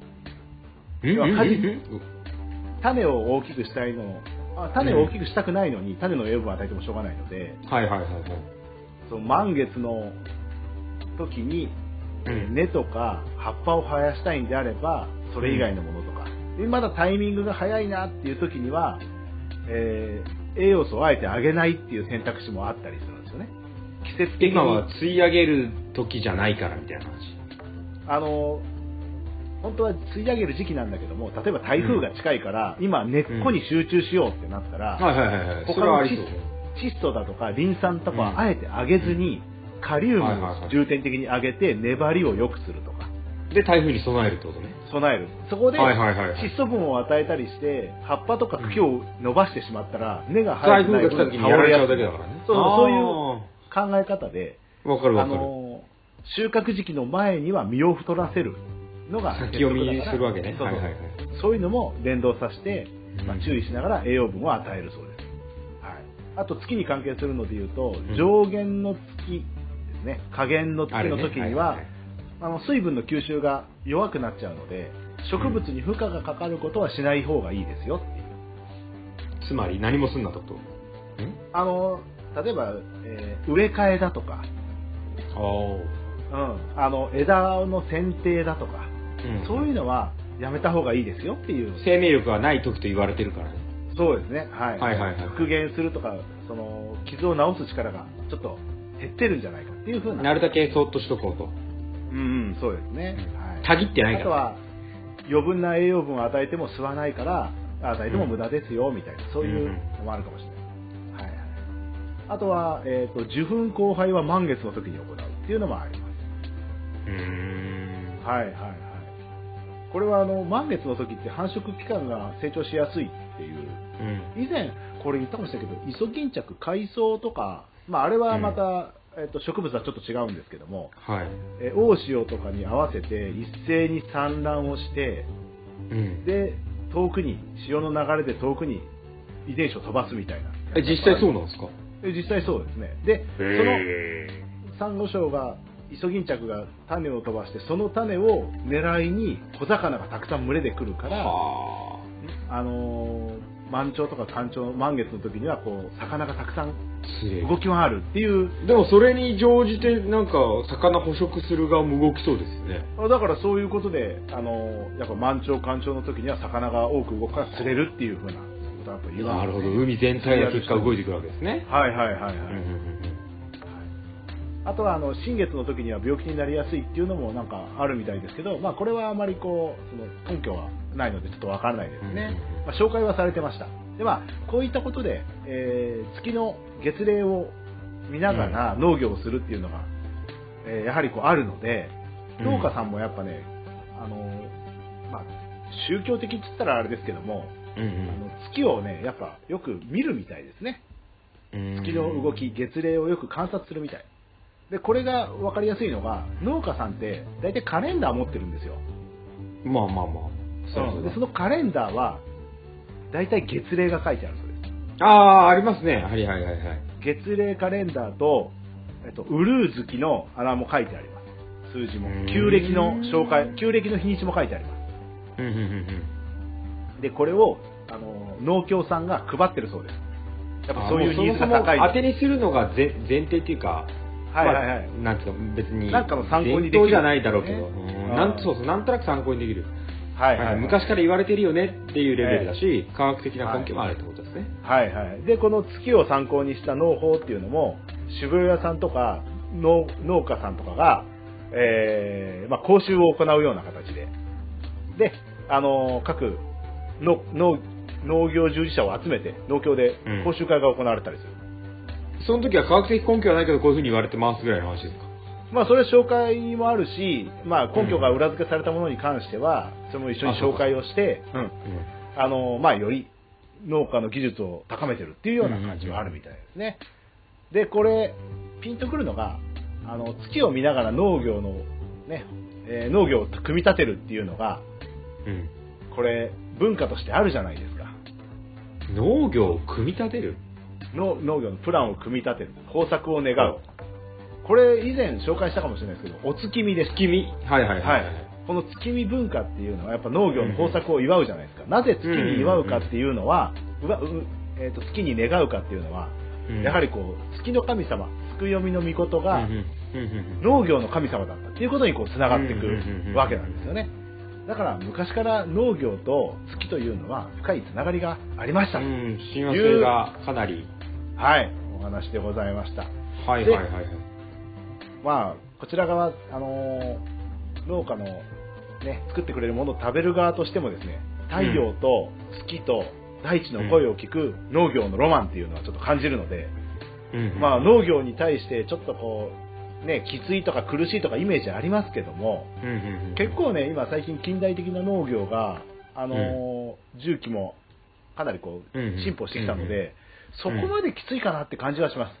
種を大きくしたいの種を大きくしたくないのに種の栄分を与えてもしょうがないので、その満月の時に根とか葉っぱを生やしたいんであればそれ以外のものとか、まだタイミングが早いなっていう時には、栄養素をあえてあげないっていう選択肢もあったりするんですよね。季節的に今は吸い上げる時じゃないからみたいな話。本当は吸い上げる時期なんだけども、例えば台風が近いから、今根っこに集中しようってなったら、他の窒素だとかリン酸とかはあえてあげずに、カリウムを重点的に上げて粘りを良くするとか。 で台風に備えるってことね。 備える。そこで窒素分を与えたりして葉っぱとか茎を伸ばしてしまったら根が生えてない分倒れちゃうだけだからね。 そういう考え方で、 わかる。 収穫時期の前には実を太らせるのが先読みするわけね。 そういうのも連動させて、注意しながら栄養分を与えるそうです。あと月に関係するのでいうと、上限の月ですね、下限の月の時には、水分の吸収が弱くなっちゃうので植物に負荷がかかることはしない方がいいですよっていう。 つまり何もすんなってこと？ 例えば、植え替えだとか、枝の剪定だとか、そういうのはやめた方がいいですよっていう。 生命力がない時と言われてるからね。 そうですね。復元するとか、その傷を治す力がちょっと減ってるんじゃないかっていうふうな。 なるだけそっとしとこうと。 そうですね。 たぎってないから。 あとは余分な栄養分を与えても吸わないから与えても無駄ですよみたいな、そういうのもあるかもしれない。あとは、受粉交配は満月の時に行うっていうのもあります。これは満月の時って繁殖期間が成長しやすいっていう、以前これ言ったかもしれないけど、イソギンチャク、海藻とか、あれはまた、植物はちょっと違うんですけども、大潮とかに合わせて一斉に産卵をして、で遠くに潮の流れで遠くに遺伝子を飛ばすみたいな。 実際そうなんですか？ 実際そうですね。で、そのサンゴ礁がイソギンチャクが種を飛ばして、その種を狙いに小魚がたくさん群れで来るから、満潮とか干潮、満月の時にはこう魚がたくさん動き回るっていう。 でもそれに乗じてなんか魚捕食する側も動きそうですよね。 だからそういうことでやっぱ満潮干潮の時には魚が多く動くから釣れるっていう風なことだと言われて。 なるほど。海全体が結果動いてくるわけですね。 あとは新月の時には病気になりやすいっていうのもなんかあるみたいですけど、これはあまりこうその根拠はないのでちょっとわからないですね。紹介はされてました。でこういったことで、月の月齢を見ながら農業をするっていうのが、やはりこうあるので、農家さんもやっぱね、宗教的って言ったらあれですけども、月をねやっぱよく見るみたいですね。月の動き、月齢をよく観察するみたいで、これが分かりやすいのが、農家さんって大体カレンダー持ってるんですよ。でそのカレンダーは大体月齢が書いてあるそうです。 ありますね。 月齢カレンダーと、ウルー月のも書いてあります。数字も旧暦の紹介、旧暦の日にちも書いてあります。でこれを農協さんが配ってるそうです。やっぱそういうニーズが高い。 当てにするのが前提っていうか、なんていうか別になんかの参考にできる、 じゃないだろうけど、なんとなく参考にできる。昔から言われてるよねっていうレベルだし、科学的な根拠もあるってことですね。 でこの月を参考にした農法っていうのも渋谷さんとか農家さんとかが、講習を行うような形で、で、各農業従事者を集めて、農協で講習会が行われたりする。 その時は科学的根拠はないけど、こういうふうに言われてますぐらいの話ですか？ それは紹介もあるし、根拠が裏付けされたものに関しては、それも一緒に紹介をして、より農家の技術を高めてるっていうような感じはあるみたいですね。で、これ、ピンとくるのが、月を見ながら農業の、農業を組み立てるっていうのが、これ、文化としてあるじゃないですか。 農業を組み立てる？ 農業のプランを組み立てる。豊作を願う。これ以前紹介したかもしれないですけど、お月見です。 月見。 この月見文化っていうのはやっぱ農業の豊作を祝うじゃないですか。なぜ月に祝うかっていうのは、月に願うかっていうのは、やはり月の神様、月読みの御事が農業の神様だったっていうことにつながっていくわけなんですよね。だから昔から農業と月というのは深いつながりがありましたという親和性がかなりお話でございました。こちら側、農家の作ってくれるものを食べる側としてもですね、太陽と月と大地の声を聞く農業のロマンっていうのはちょっと感じるので、農業に対してちょっときついとか苦しいとかイメージありますけども、結構今最近近代的な農業が重機もかなり進歩してきたので、そこまできついかなって感じはします。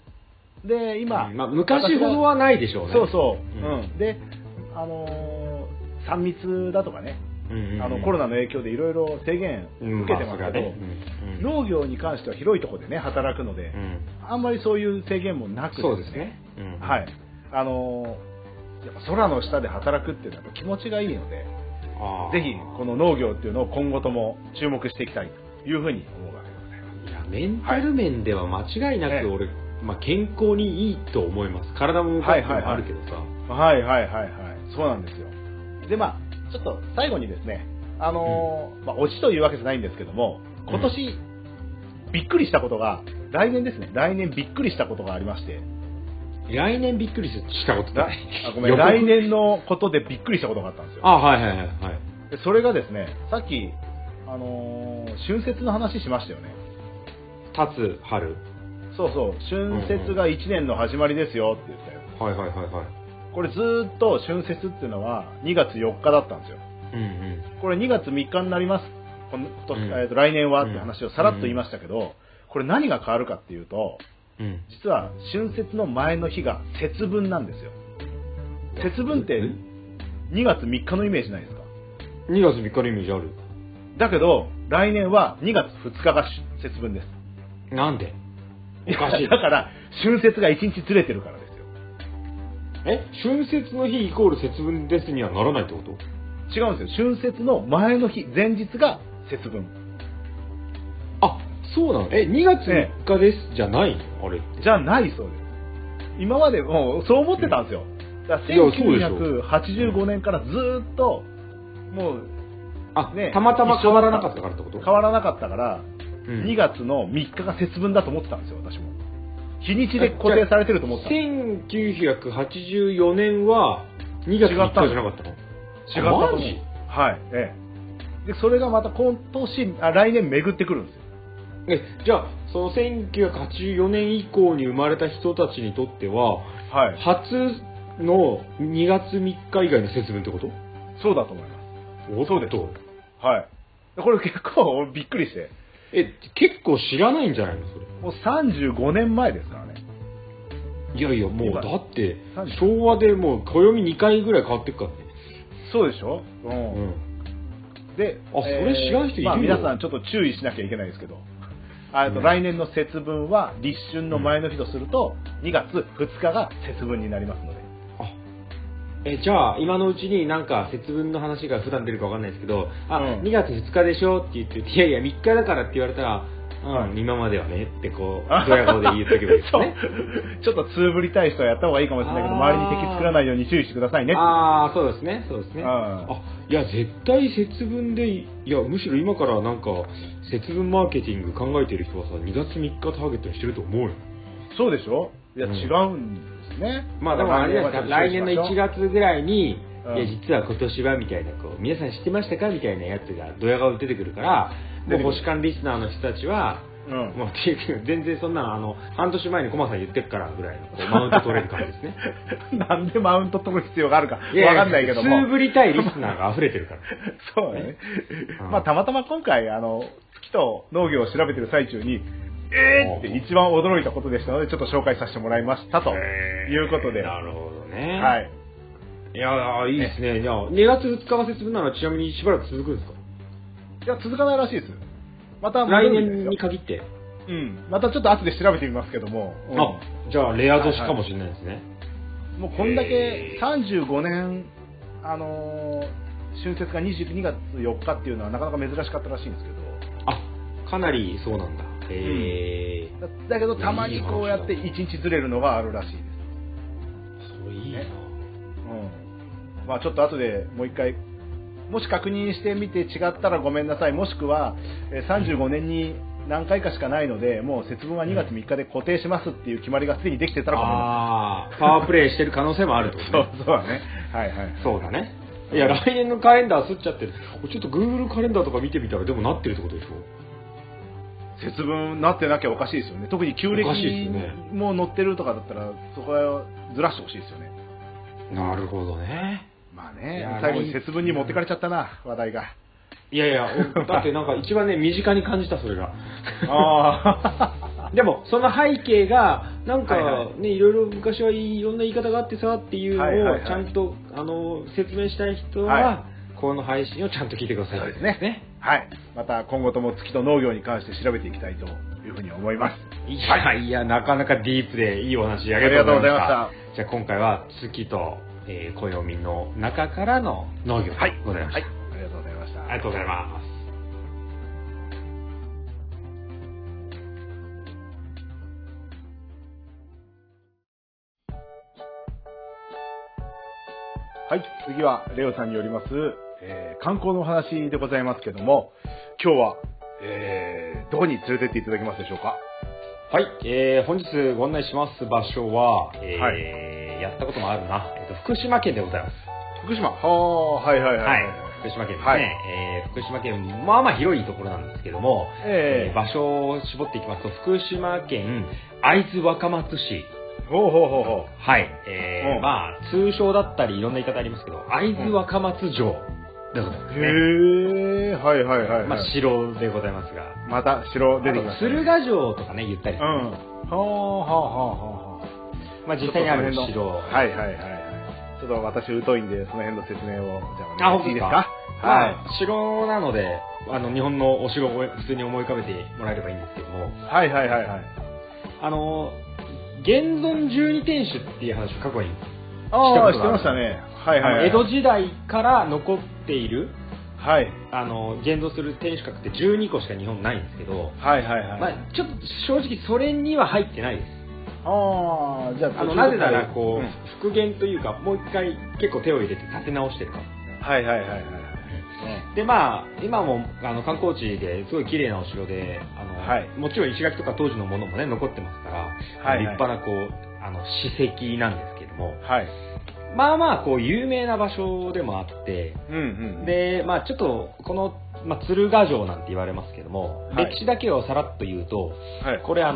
で、今、 昔ほどはないでしょうね。 で、3密だとかね、コロナの影響でいろいろ制限受けてますけど、農業に関しては広いところで働くので、あんまりそういう制限もなくですね、やっぱ空の下で働くっていうのは気持ちがいいので、ぜひこの農業っていうのを今後とも注目していきたいというふうに思うわけでございます。 いや、メンタル面では間違いなく俺、健康にいいと思います。体も動くのもあるけどさ。 そうなんですよ。で、ちょっと最後にですね、オチというわけじゃないんですけども、今年びっくりしたことが、来年びっくりしたことがありまして。 来年びっくりしたことない。 来年のことでびっくりしたことがあったんですよ。でそれがですね、さっき、春節の話しましたよね。 立つ春。 春節が1年の始まりですよって言ったよ。これずーっと春節っていうのは2月4日だったんですよ。これ2月3日になります。来年はって話をさらっと言いましたけど、これ何が変わるかっていうと、実は春節の前の日が節分なんですよ。節分って2月3日のイメージないですか？2 月3日のイメージある。 だけど来年は2月2日が節分です。 なんで？おかしい。 だから春節が1日ずれてるからですよ。 春節の日イコール節分ですにはならないってこと？ 違うんですよ。春節の前の日、前日が節分。 そうなの？2月3日ですじゃないの？あれじゃないそうです。今までもうそう思ってたんですよ。だから1985年からずーっともうたまたま変わらなかったからってこと？ 変わらなかったから、2月の3日が節分だと思ってたんですよ、私も。日にちで固定されてると思ってた。 1984年は2月3日じゃなかったの？ 違ったと思う。で、それがまた来年巡ってくるんですよ。 じゃあその1984年以降に生まれた人たちにとっては、初の2月3日以外の節分ってこと？ そうだと思います。そうです。これ結構びっくりして。 結構知らないんじゃないのそれ？ もう35年前ですからね。 いやいや、もうだって昭和でもう暦2回ぐらい変わってくからね。 そうでしょ？で、 それ知らん人いるよ。 皆さんちょっと注意しなきゃいけないですけど、来年の節分は立春の前の日とすると、2月2日が節分になりますので。 じゃあ今のうちになんか節分の話が普段出るかわかんないですけど、2月2日でしょって言って、いやいや3日だからって言われたら、今まではねってドヤ顔で言っとけばいいですね。 ちょっとつぶりたい人はやった方がいいかもしれないけど、周りに敵作らないように注意してくださいね。 そうですね。いや絶対節分で、いやむしろ今からなんか節分マーケティング考えてる人はさ、2月3日ターゲットにしてると思うよ。 そうでしょ？ いや、違うんですね。 まあでもあれじゃないですか、来年の1月ぐらいに、いや、実は今年はみたいな、皆さん知ってましたかみたいなやつが、ドヤ顔で出てくるから、もう星間リスナーの人たちは、もう全然そんな半年前にコマさん言ってるからぐらいのマウント取れる感じですね。 なんでマウント取る必要があるかわかんないけども。 くすぶりたいリスナーが溢れてるから。 そうね。まあたまたま今回月と農業を調べてる最中に、って一番驚いたことでしたので、ちょっと紹介させてもらいましたということで。 なるほどね。 はい。 いや、いいですね。じゃあ2月2日が節分ならちなみにしばらく続くんですか？ いや、続かないらしいです。また来年に限って。 またちょっと後で調べてみますけども。 じゃあレア年かもしれないですね。 もうこんだけ35年、春節が22月4日っていうのはなかなか珍しかったらしいんですけど。 かなりそうなんだ。 だけどたまにこうやって1日ずれるのがあるらしいです。 そういいな。 まあちょっと後でもう一回、もし確認してみて違ったらごめんなさい。もしくは35年に何回かしかないので、もう節分は2月3日で固定しますっていう決まりがすでにできてたらごめんなさい。 パワープレイしてる可能性もあるってことね。 そうだね。はいはい。 そうだね。いや、来年のカレンダーすっちゃってる。ちょっと Google カレンダーとか見てみたらでもなってるってことでしょ？ 節分なってなきゃおかしいですよね。特に旧暦も載ってるとかだったら、そこはずらしてほしいですよね。 なるほどね。 まあね、最後に節分に持ってかれちゃったな、話題が。 いやいや、だってなんか一番ね、身近に感じた、それが。でも、その背景が、なんかね、いろいろ昔はいろんな言い方があってさっていうのを、ちゃんと説明したい人は、この配信をちゃんと聞いてください。 そうですね。はい。また今後とも月と農業に関して調べていきたいというふうに思います。 いや、なかなかディープでいいお話ありがとうございました。じゃあ今回は月と暦の中からの農業でございました。 ありがとうございました。 ありがとうございます。 はい、次はレオさんによります、観光のお話でございますけども、今日は、どこに連れてっていただけますでしょうか？ はい、本日ご案内します場所は、やったこともあるな、福島県でございます。 福島、はい、 福島県ですね。福島県、まあまあ広いところなんですけども、場所を絞っていきますと、福島県会津若松市。はい。まあ、通称だったりいろんな言い方ありますけど、会津若松城でございますね。 はい。 まあ、城でございますが。 また城出てきましたね。 鶴ヶ城とかね、言ったりする。まあ、実際にある城。 ちょっと私疎いんで、その辺の説明を、じゃあ、いいですか？ はい。 城なので、日本のお城を普通に思い浮かべてもらえればいいんですけども。現存12天守っていう話を過去にしたことがある。 してましたね。 江戸時代から残っている、現存する天守閣って12個しか日本ないんですけど、まあちょっと正直それには入ってないです。 じゃあなぜならこう、復元というかもう一回結構手を入れて建て直してるから。でまあ今も観光地ですごい綺麗なお城でもちろん石垣とか当時のものもね残ってますから、立派なこう史跡なんですけども、まあまあこう有名な場所でもあって、でまあちょっとこの、鶴ヶ城なんて言われますけども、歴史だけをさらっと言うと、これ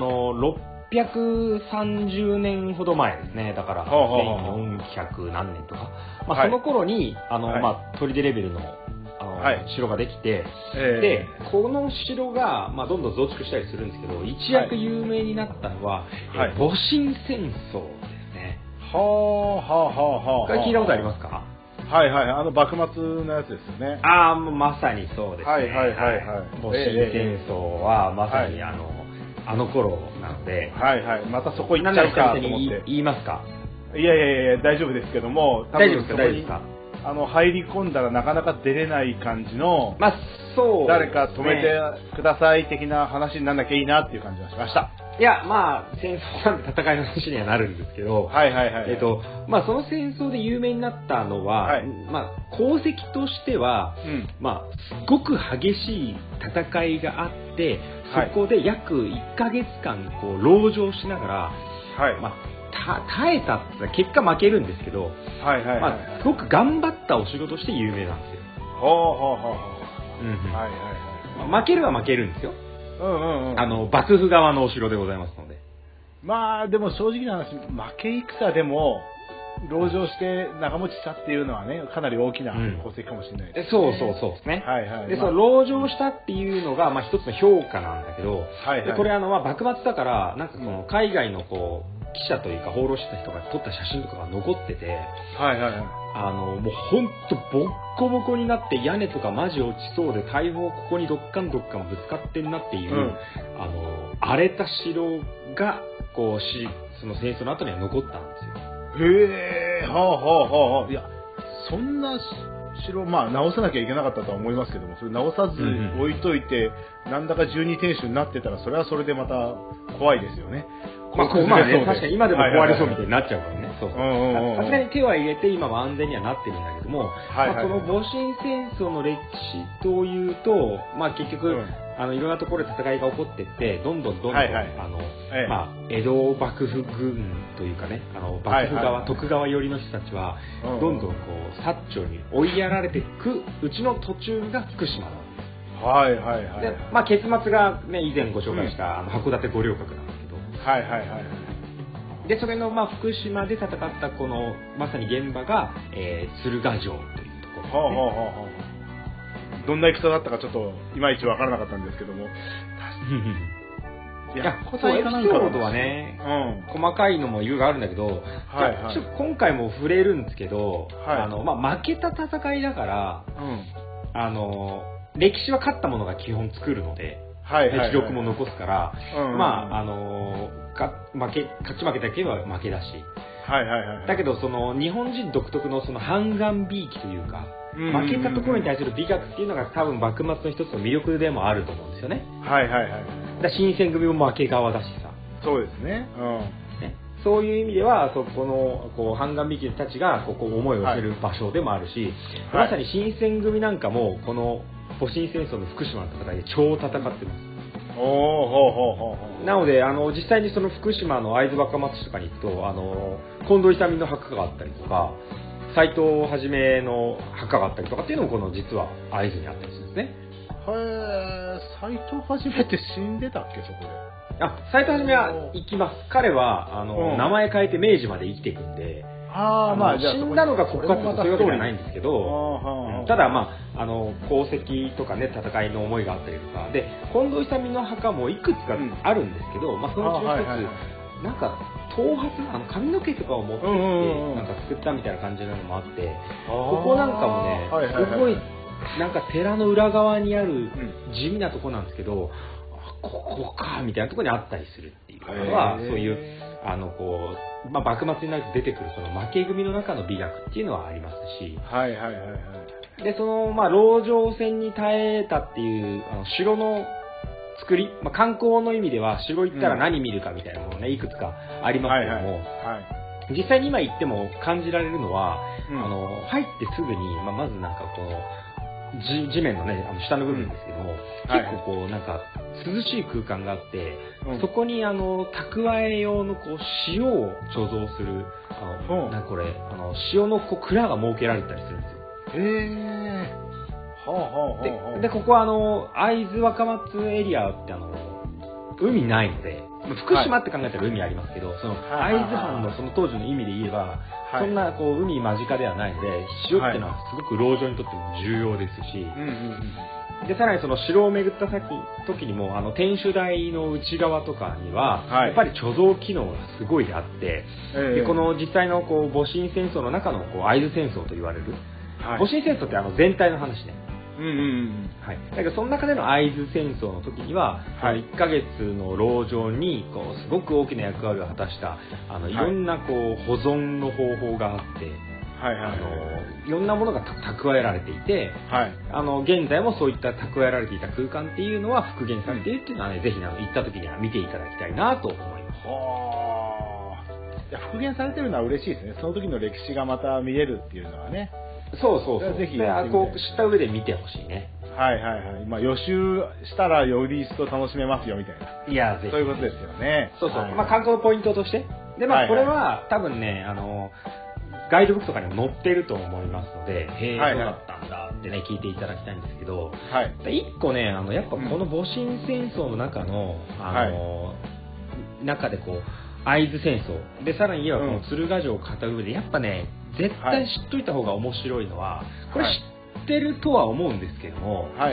630年ほど前ですね。だから1400何年とか、その頃に砦レベルの城ができて、でこの城がどんどん増築したりするんですけど、一躍有名になったのは戊辰戦争ですね。これ聞いたことありますか？ 幕末のやつですよね。 まさにそうですね。戊辰戦争はまさにあの頃なので、 またそこ行っちゃうかと思って。 言いますか？ いや大丈夫ですけども、 大丈夫ですか？ 入り込んだらなかなか出れない感じの、 そう、 誰か止めてください的な話にならなきゃいいなっていう感じがしました。 いや、戦争なんて戦いの話にはなるんですけど、その戦争で有名になったのは、功績としては、すごく激しい戦いがあって、そこで約1ヶ月間、籠城しながら、 耐えたって言ったら結果負けるんですけど、 はいはいはい、 まあ、すごく頑張ったお城として有名なんですよ。 ほうほうほうほう。 うんうん、 はいはいはい。 まあ、負けるは負けるんですよ。 うんうんうん。 幕府側のお城でございますので。 まあでも正直な話、負け戦でも籠城して長持ちしたっていうのはね、かなり大きな功績かもしれないですね。 そうですね。 はいはい。 で、その籠城したっていうのが、まあ一つの評価なんだけど、 はいはい、 でこれまあ幕末だから、なんかこの海外のこう、記者というか放浪してた人が撮った写真とかが残ってて、 はいはいはい。 もうほんとボッコボコになって屋根とかマジ落ちそうで大砲ここにどっかんぶつかってんなっていう、荒れた城が、こうその戦争の後には残ったんですよ。 へえ、はあはあはあ。いや、そんな城、まあ直さなきゃいけなかったとは思いますけども、それ直さず置いといて、なんだか12天守になってたら、それはそれでまた怖いですよね。 まあね、確かに今でも壊れそうみたいになっちゃうからね。そうそう。さすがに手は入れて今は安全にはなってるんだけども、まあ、この戊辰戦争の歴史というと、まあ結局、いろんなところで戦いが起こっていって、どんどん、まあ、江戸幕府軍というかね、幕府側、徳川寄りの人たちは、どんどんこう、薩長に追いやられていくうちの途中が福島なんです。 はいはいはい。 で、まあ結末がね、以前ご紹介した函館五稜郭なんですけど、 はいはいはい。 で、それのまあ福島で戦ったこの、まさに現場が、鶴ヶ城というところですね。 はあはあはあ。どんな戦だったかちょっといまいちわからなかったんですけども。 いや、そうエピソードはね、細かいのもいろいろあるんだけど、今回も触れるんですけど、まあ負けた戦いだから、歴史は勝ったものが基本作るので、記録も残すから、まあ勝ち負けだけは負けだし。だけどその日本人独特のその判官びいきというか、負けたところに対する美学っていうのが多分幕末の一つの魅力でもあると思うんですよね。新選組も負け側だしさ。 そうですね。 そういう意味ではそこのこう判官びいきたちがここ思いを寄せる場所でもあるし、まさに新選組なんかもこの戊辰戦争の福島の戦いで超戦ってます。なので実際にその福島の会津若松市とかに行くと近藤勇の墓があったりとか斎藤はじめの墓があったりとかっていうのもこの実は会津にあったりするんですね。 斎藤はじめって死んでたっけそこで。 斎藤はじめは生きます。彼は名前変えて明治まで生きていくんで。死んだのが国家とかそういうわけではないんですけど、ただまあ功績とかね戦いの思いがあったりとかで近藤勇の墓もいくつかあるんですけど、まあそのうちの一つなんか頭髪髪の毛とかを持ってきてなんか作ったみたいな感じなのもあって、ここなんかもねすごいなんか寺の裏側にある地味なとこなんですけど、ここかみたいなところにあったりするっていうのはそういうこう、まあ、幕末になると出てくるその負け組の中の美学っていうのはありますし、でそのまあ籠城戦に耐えたっていう城の作り、まあ、観光の意味では城行ったら何見るかみたいなものねいくつかありますけども、実際に今行っても感じられるのは、入ってすぐに、まあ、まずなんかこう地面のね下の部分ですけども、結構こうなんか涼しい空間があって、そこに蓄え用のこう塩を貯蔵するなんかこれ塩のこう蔵が設けられたりするんですよ。でここは会津若松エリアって海ないので、福島って考えたら海ありますけど、その会津藩のその当時の意味で言えば、そんなこう海間近ではないので、塩っていうのはすごく籠城にとっても重要ですし、でさらにその城を巡った時にも天守台の内側とかには、やっぱり貯蔵機能がすごいあって、でこの実際のこう戊辰戦争の中のこう会津戦争と言われる、戊辰戦争って全体の話ね。だけどその中での会津戦争の時には、1ヶ月の籠城にこうすごく大きな役割を果たしたいろんなこう保存の方法があって、いろんなものが蓄えられていて、現在もそういった蓄えられていた空間っていうのは復元されているっていうのはね、ぜひ行った時には見ていただきたいなと思います。 いや復元されてるのは嬉しいですね。その時の歴史がまた見えるっていうのはね。 ぜひこう知った上で見てほしいね。 まあ予習したらより一層楽しめますよみたいな。 ぜひそういうことですよね。 まあ観光のポイントとしてで、まあ、これは多分ね、ガイドブックとかにも載ってると思いますので、へえ、そうだったんだってね、聞いていただきたいんですけど、一個ね、やっぱこの戊辰戦争の中の、中でこう、会津戦争で、さらに言えばこの鶴ヶ城を語る上で、やっぱね、絶対知っといた方が面白いのは、これ知ってるとは思うんですけども、白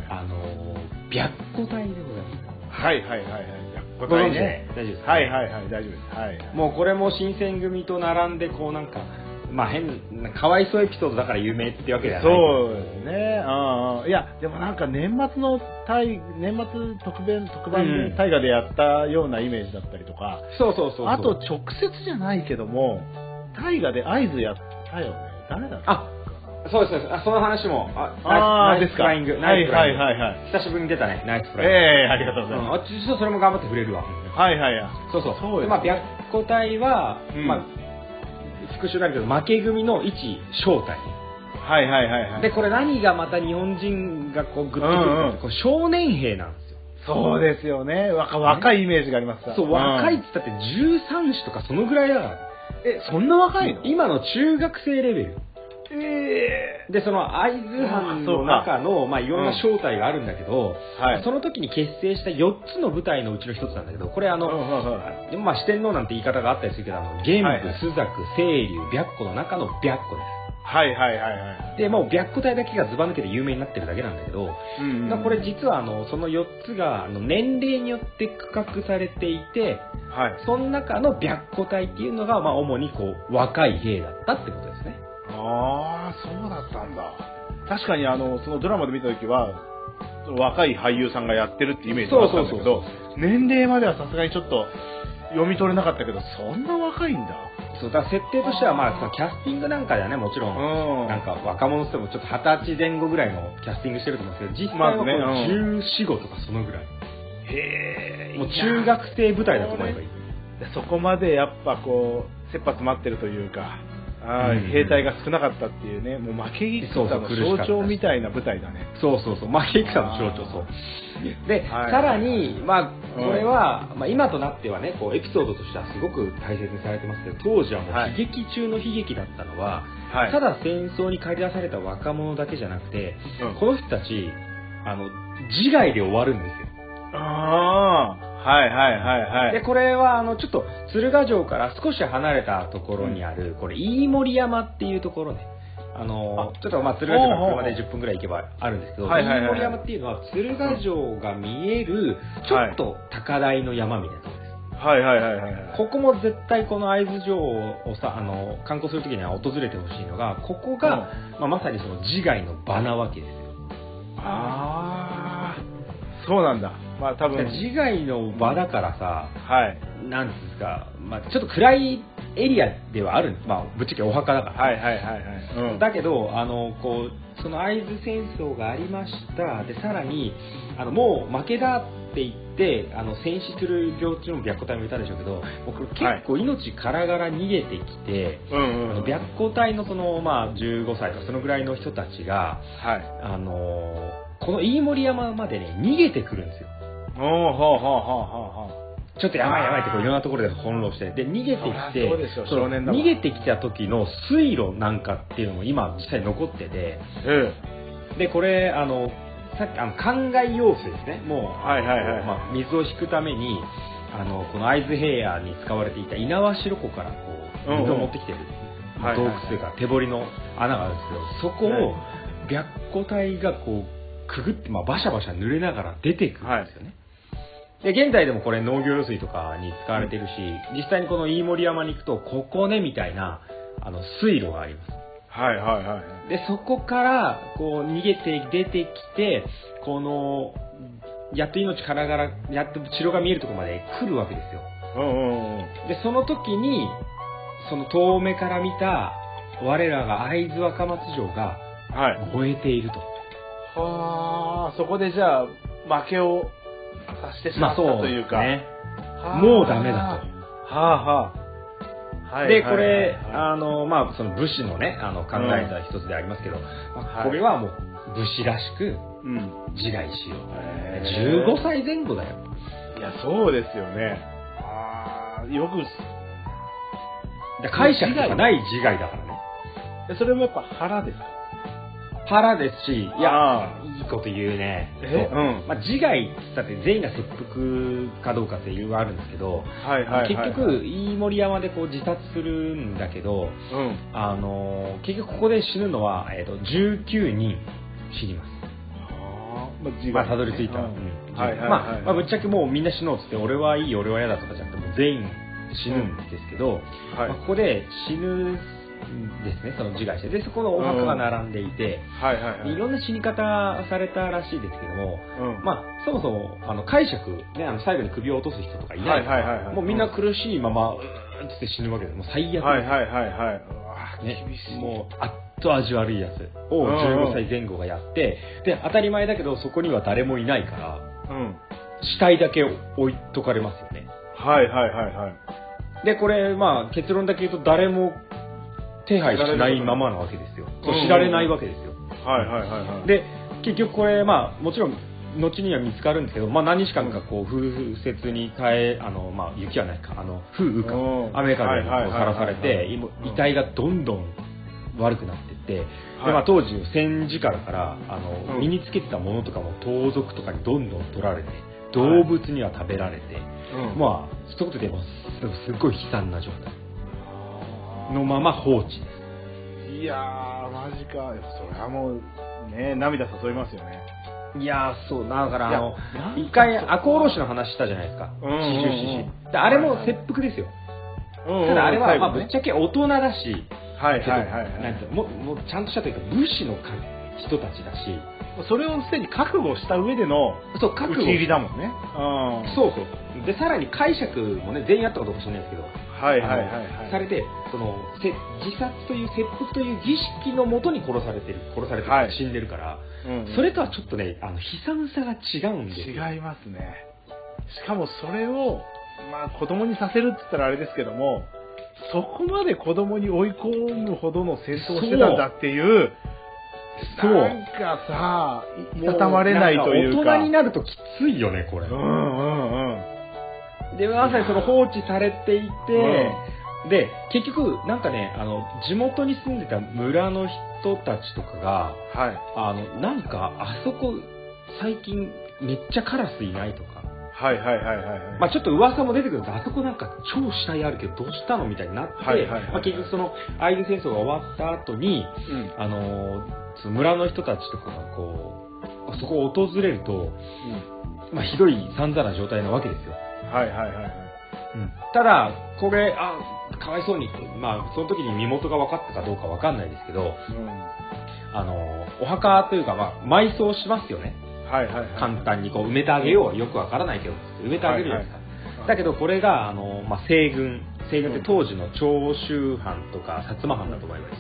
虎隊でございます。 はいはいはいはい。ご存知ね。 大丈夫です。 はいはいはい、大丈夫です。はい。 もうこれも新選組と並んで、こうなんか、まあかわいそうエピソードだから有名ってわけじゃない。 そうですね。いや、でもなんか年末特番で大河でやったようなイメージだったりとか。 そう。 あと直接じゃないけども、大河で合図やったよね。誰だった？ そうです。その話も、 ナイスフライング。 はい。久しぶりに出たね、ナイスフライング。 ありがとうございます。 実はそれも頑張ってくれるわ。 はい。 そう。まあ、白虎隊は、まあ、復讐なんだけど、負け組の一正体。 はい。 で、これ何がまた日本人がこうグッとくるかって、少年兵なんですよ。 そうですよね。若いイメージがありますから。 そう、若いって言ったって13歳とかそのぐらいだから。 そんな若いの？ 今の中学生レベル。で、その会津藩の中の、まあ、いろんな正体があるんだけど、その時に結成した4つの部隊のうちの1つなんだけど、これまあ、四天王なんて言い方があったりするけど、玄武、朱雀、青龍、白虎の中の白虎です。で、もう白虎隊だけがズバ抜けて有名になってるだけなんだけど、これ実はその4つが年齢によって区画されていて、その中の白虎隊っていうのが、まあ、主にこう、若い兵だったってことですね。 そうだったんだ。確かにそのドラマで見たときは、若い俳優さんがやってるってイメージがあったんだけど、年齢まではさすがにちょっと読み取れなかったけど、そんな若いんだ。 そうだ、設定としては、まあ、そのキャスティングなんかではね、もちろん、なんか若者としてもちょっと20歳前後ぐらいのキャスティングしてると思うんですけど、実際は14、15とかそのぐらい。もう中学生部隊だと思えばいい。 そこまでやっぱこう、切羽詰まってるというか、兵隊が少なかったっていうね、もう負け戦の象徴みたいな舞台だね。 そう、負け戦の象徴、そう。で、さらに、まあ、これは、まあ、今となってはね、こう、エピソードとしてはすごく大切にされてますけど、当時はもう悲劇中の悲劇だったのは、ただ戦争に駆り出された若者だけじゃなくて、この人たち、自害で終わるんですよ。で、これは、ちょっと、鶴ヶ城から少し離れたところにある、これ、飯盛山っていうところね。ちょっと、まあ、鶴ヶ城から車で10分くらい行けばあるんですけど、飯盛山っていうのは、鶴ヶ城が見える、ちょっと高台の山みたいなところです。ここも絶対この会津城をさ、観光するときには訪れてほしいのが、ここが、まあ、まさにその自害の場なわけですよ。 そうなんだ。まあ多分自害の場だからさ、なんですか、まあちょっと暗いエリアではあるんです。まあぶっちゃけお墓だから。だけどこうその会津戦争がありました。でさらにもう負けだって言って戦死する領地の白虎隊もいたでしょうけど、僕結構命からがら逃げてきて、白虎隊のそのまあ15歳とかそのぐらいの人たちが、この飯盛山までね逃げてくるんですよ。ちょっとやばいってこういろんなところで翻弄して、で逃げてきて、逃げてきた時の水路なんかっていうのも今実際残ってて、でこれさっき灌漑用水ですね。もうまあ水を引くためにこの会津平野に使われていた猪苗代湖からこう水を持ってきてる洞窟というか手掘りの穴があるんですけど、そこを白虎隊がこうくぐって、まあ、バシャバシャ濡れながら出てくるんですよね。で、現在でもこれ農業用水とかに使われてるし、実際にこの飯盛山に行くと、ここね、みたいな、水路があります。で、そこから、こう、逃げて出てきて、この、やっと命からがら、やっと城が見えるところまで来るわけですよ。で、その時に、その遠目から見た、我らが会津若松城が、燃えていると。 そこでじゃあ負けをさせてしまったというか、 もうダメだと。でこれまあその武士のね考えた一つでありますけど、これはもう武士らしく自害しよう。15歳前後だよ。 いやそうですよね。よく解釈がない自害だからね。 それもやっぱ腹ですか？ 腹ですし、いや、いいこと言うね。まあ、自害って言ったって全員が切腹かどうかっていうのがあるんですけど、結局、飯盛山でこう自殺するんだけど、結局ここで死ぬのは、19人死にます。まあ、たどり着いた。まあ、ぶっちゃけもうみんな死のうっつって、俺はいい、俺は嫌だとかじゃなくて、もう全員死ぬんですけど、ここで死ぬですね、その自害して。で、そこのお墓が並んでいて、いろんな死に方されたらしいですけども、まあ、そもそも、解釈、ね、最後に首を落とす人とかいないから、もうみんな苦しいまま、って死ぬわけで、もう最悪。もう、あっと味悪いやつを15歳前後がやって、で、当たり前だけど、そこには誰もいないから、死体だけ置いとかれますよね。で、これ、まあ、結論だけ言うと、誰も、手配しないままなわけですよ。知られないわけですよ。で、結局これ、まあ、もちろん、後には見つかるんですけど、まあ何日間かこう、風雪に耐え、まあ雪はないか、風雨か、雨風にさらされて、遺体がどんどん悪くなっていって、で、まあ当時戦時下だから、身につけてたものとかも盗賊とかにどんどん取られて、動物には食べられて、まあ、一言で言えば、すっごい悲惨な状態。のまま放置です。 いやー、マジか。それはもう、ね、涙誘いますよね。 いやー、そう、だから一回赤穂浪士の話したじゃないですか。あれも切腹ですよ。ただあれは、まあ、ぶっちゃけ大人だし、もうちゃんとしたというか、武士の人たちだし、 それをすでに覚悟した上での打ち入りだもんね。 そうで、さらに解釈もね、全員やったかどうか知らないですけど、されて、その自殺という切腹という儀式のもとに殺されてる、死んでるから、それとはちょっとね、悲惨さが違うんですよ。 違いますね。しかもそれを、まあ子供にさせるって言ったらあれですけども、そこまで子供に追い込むほどの戦争をしてたんだっていう、なんかさ、いたたまれないというか。 大人になるときついよね、これ。で、まさにその放置されていて、で、結局、なんかね、地元に住んでた村の人たちとかが、なんか、あそこ、最近、めっちゃカラスいないとか。まあちょっと噂も出てくると、あそこなんか超死体あるけどどうしたのみたいになって、結局その愛知戦争が終わった後に、その村の人たちとかがこう、そこを訪れると、まあひどい散々な状態なわけですよ。ただ、これ、かわいそうにって、まあその時に身元が分かったかどうか分かんないですけど、お墓というか、まあ埋葬しますよね。簡単にこう埋めてあげよう、よくわからないけど埋めてあげるじゃないですか。だけどこれがまあ、西軍って当時の長州藩とか薩摩藩だと思います。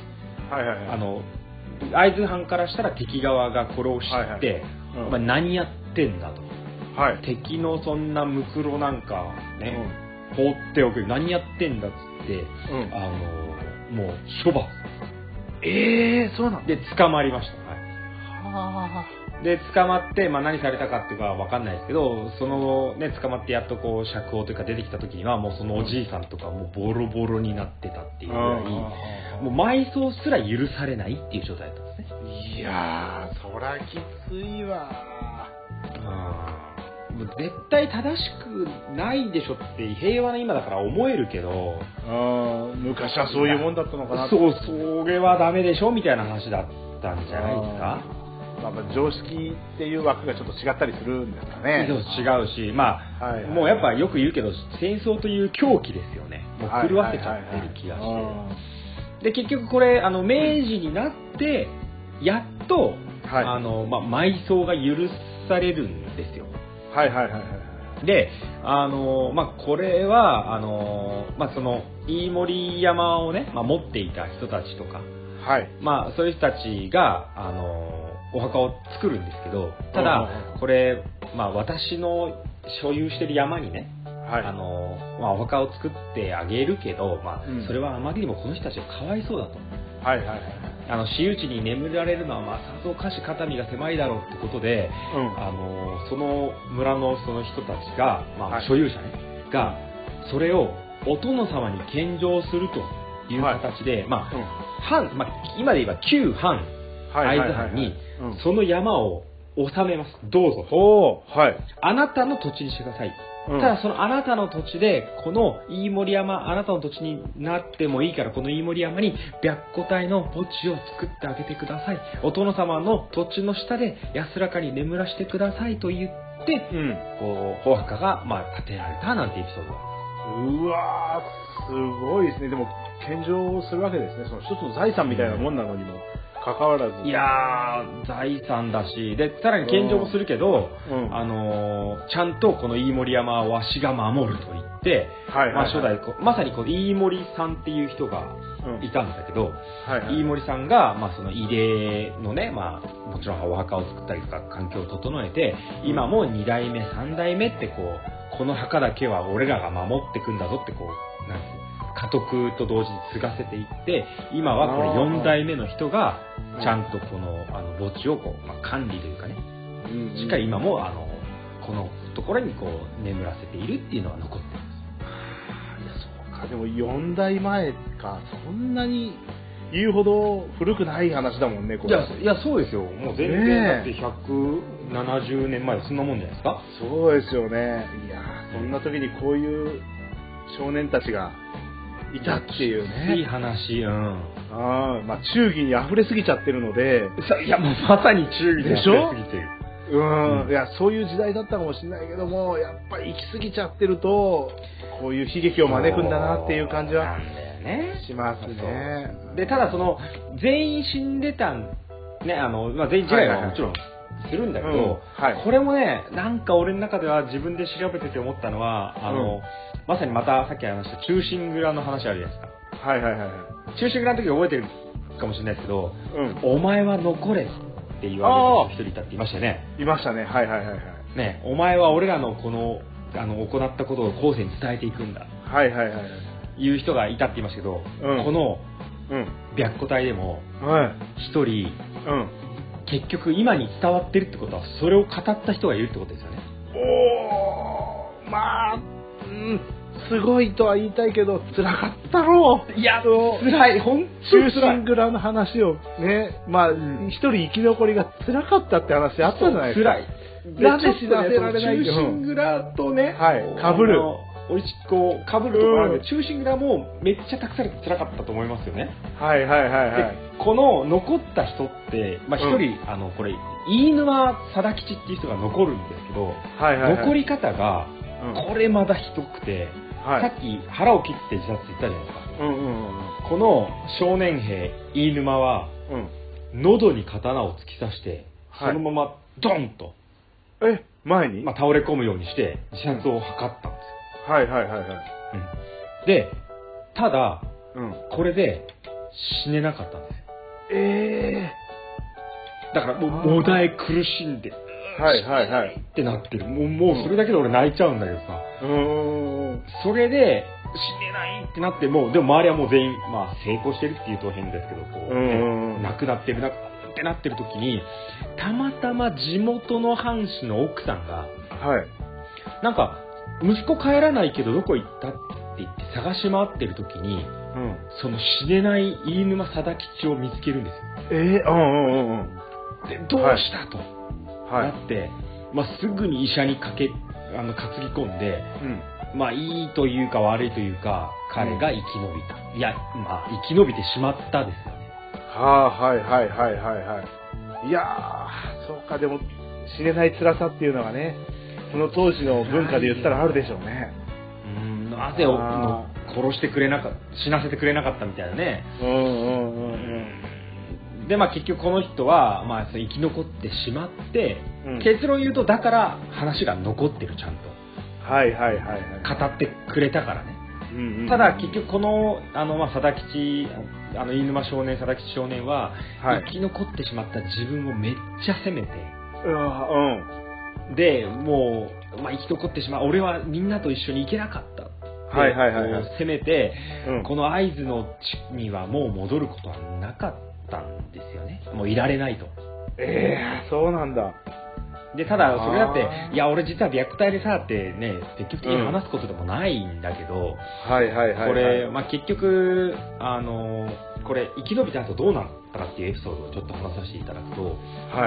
会津藩からしたら敵側がこれを知って、お前何やってんだと、敵のそんなムクロなんかね、放っておく、何やってんだっつって、もう処罰。 そうなんで捕まりました。で、捕まって、まあ何されたかっていうかわかんないですけど、そのね、捕まってやっとこう、釈放というか出てきた時には、もうそのおじいさんとかもうボロボロになってたっていうぐらい、もう埋葬すら許されないっていう状態だったんですね。 いやー、そらきついわもう絶対正しくないでしょって平和な今だから思えるけど、 昔はそういうもんだったのかな。 それはダメでしょみたいな話だったんじゃないですか。 常識っていう枠がちょっと違ったりするんですかね。 違うし、まあ、もうやっぱよく言うけど、戦争という狂気ですよね。もう狂わせちゃってる気がして。で、結局これ、明治になって、やっと、まあ、埋葬が許されるんですよ。で、まあ、これは、まあ、その、飯盛山をね、まあ、持っていた人たちとか、まあ、そういう人たちが、お墓を作るんですけど、ただ、これ、まあ私の所有してる山にね、まあお墓を作ってあげるけど、まあそれはあまりにもこの人たちがかわいそうだと。私有地に眠られるのは、まあさぞかし肩身が狭いだろうってことで、その村のその人たちが、まあ所有者ね、が、それをお殿様に献上するという形で、今で言えば旧藩会津藩にその山を収めます。どうぞと。あなたの土地にしてください。ただそのあなたの土地で、この飯盛山、あなたの土地になってもいいから、この飯盛山に白虎隊の墓地を作ってあげてください。お殿様の土地の下で安らかに眠らしてくださいと言って、こう、お墓が、建てられたなんてエピソードが。 うわー、すごいですね。でも、献上するわけですね。その一つの財産みたいなもんなのにもかかわらず。 いやー、財産だし、で、さらに献上もするけど、ちゃんとこの飯盛山はわしが守ると言って、初代、まさにこう、飯盛さんっていう人がいたんだけど、飯盛さんが、その井出のね、もちろんお墓を作ったりとか環境を整えて、今も2代目、3代目ってこう、この墓だけは俺らが守ってくんだぞってこう、なんていう、家督と同時に継がせていって、今はこれ4代目の人がちゃんとこの墓地をこう、管理というかね、しっかり今もこのところにこう眠らせているっていうのは残ってます。 そうか、でも4代前か、そんなに言うほど古くない話だもんね、これ。 いやそうですよ。もう全然だって170年前そんなもんじゃないですか。 そうですよね。いやそんな時にこういう少年たちがいたっていうね。 いい話、 忠義に溢れすぎちゃってるので。 いや、もうまさに忠義に溢れすぎてる。 いや、そういう時代だったかもしれないけども、やっぱり行き過ぎちゃってると、こういう悲劇を招くんだなっていう感じはしますね。 で、ただその、全員死んでたん、ね、全員違いはもちろんするんだけど、これもね、なんか俺の中では自分で調べてて思ったのは、まさにまたさっき話した忠臣蔵の話あるじゃないですか。忠臣蔵の時覚えてるかもしれないですけど、お前は残れって言われる人一人いたって言いましたよね。 いましたね。 ね、お前は俺らのこの、行ったことを後世に伝えていくんだ。いう人がいたって言いましたけど、この、白虎隊でも、一人、結局今に伝わってるってことは、それを語った人がいるってことですよね。 すごいとは言いたいけど、辛かったろう。 いや、辛い、本当に辛い。 忠臣蔵の話をね、一人生き残りが辛かったって話あったじゃないですか。 辛い。 なんで死なせられない忠臣蔵とね、 かぶる。 おいしくこう、かぶるところなんで、忠臣蔵もめっちゃ託されて辛かったと思いますよね。で、この残った人って、一人、これ、飯沼貞吉っていう人が残るんですけど、残り方が、これまだひどくて、さっき腹を切って自殺って言ったじゃないですか。この少年兵、飯沼は、喉に刀を突き刺して、そのままドンと、 前に倒れ込むようにして自殺を図ったんですよ。で、ただ、これで死ねなかったんですよ。だからもう、もだえ苦しんで、ってなってる。もうそれだけで俺泣いちゃうんだけどさ。それで、死ねないってなっても、でも周りはもう全員、成功してるっていうと変ですけど、こう、亡くなってるってなってる時に、たまたま地元の藩士の奥さんが、なんか、息子帰らないけどどこ行ったって言って探し回ってる時に、その死ねない飯沼貞吉を見つけるんですよ。で、どうしたと。なって、すぐに医者に担ぎ込んで、いいというか悪いというか、彼が生き延びた。いや、生き延びてしまったですよね。 いやー、そうか、でも、死ねない辛さっていうのはね、その当時の文化で言ったらあるでしょうね。 なぜ殺してくれなかった、死なせてくれなかったみたいなね。で、結局この人は、生き残ってしまって、結論言うと、だから話が残ってる、ちゃんと。語ってくれたからね。ただ、結局この、貞吉、飯沼少年、貞吉少年は、生き残ってしまった自分をめっちゃ責めて、で、もう、生き残ってしまう、俺はみんなと一緒に行けなかった。責めて、この会津の地にはもう戻ることはなかったんですよね。もういられないと。 そうなんだ。 で、ただ、それだって、いや、俺実は虐待でさ、ってね、積極的に話すことでもないんだけど、 はいはいはい。 これ、まあ、結局、これ、生き延びた後どうなったかっていうエピソードをちょっと話させていただくと、 はい。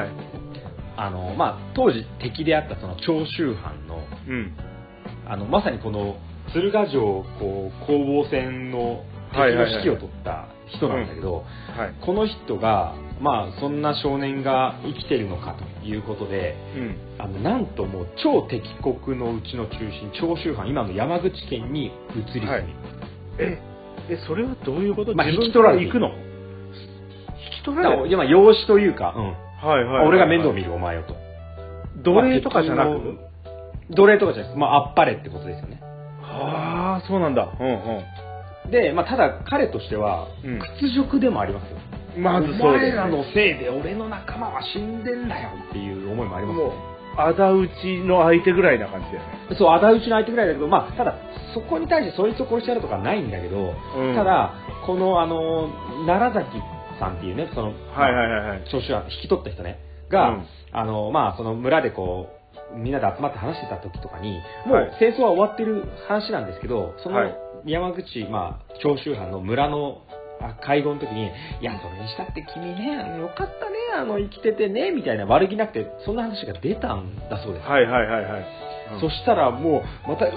まあ、当時敵であったその長州藩の、まさにこの、鶴ヶ城こう攻防戦の敵の指揮を取った人なんだけど、この人が、まあ、そんな少年が生きてるのかということで、なんともう超敵国のうちの中心、長州藩、今の山口県に移り住み、 それはどういうこと？ まあ、引き取られていくの。 引き取られる？ まあ、養子というか、俺が面倒見るお前よと。 奴隷とかじゃなく？ 奴隷とかじゃなくて、まあ、あっぱれってことですよね。 ああ、そうなんだ。 で、まあ、ただ彼としては、屈辱でもありますよ。 まずそうですね。 お前らのせいで俺の仲間は死んでんだよっていう思いもありますよね。 もう、仇討ちの相手ぐらいな感じだよね。 そう、仇討ちの相手ぐらいだけど、まあ、ただ、そこに対してそいつを殺してやるとかないんだけど、ただ、この、奈良崎さんっていうね、その、長州藩引き取った人ね、が、まあ、その村でこう、みんなで集まって話してた時とかに、もう戦争は終わってる話なんですけど、その山口、まあ、長州藩の村の会合の時に、いや、それにしたって君ね、よかったね、生きててね、みたいな悪気なくて、そんな話が出たんだそうです。そしたらもう、また、って、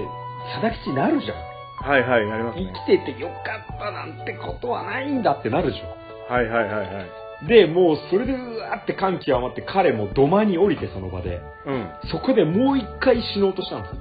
貞吉になるじゃん。 なりますね。 生きててよかったなんてことはないんだってなるでしょ。 で、 もうそれでうわーって感極まって彼も土間に降りてその場で、そこでもう一回死のうとしたんです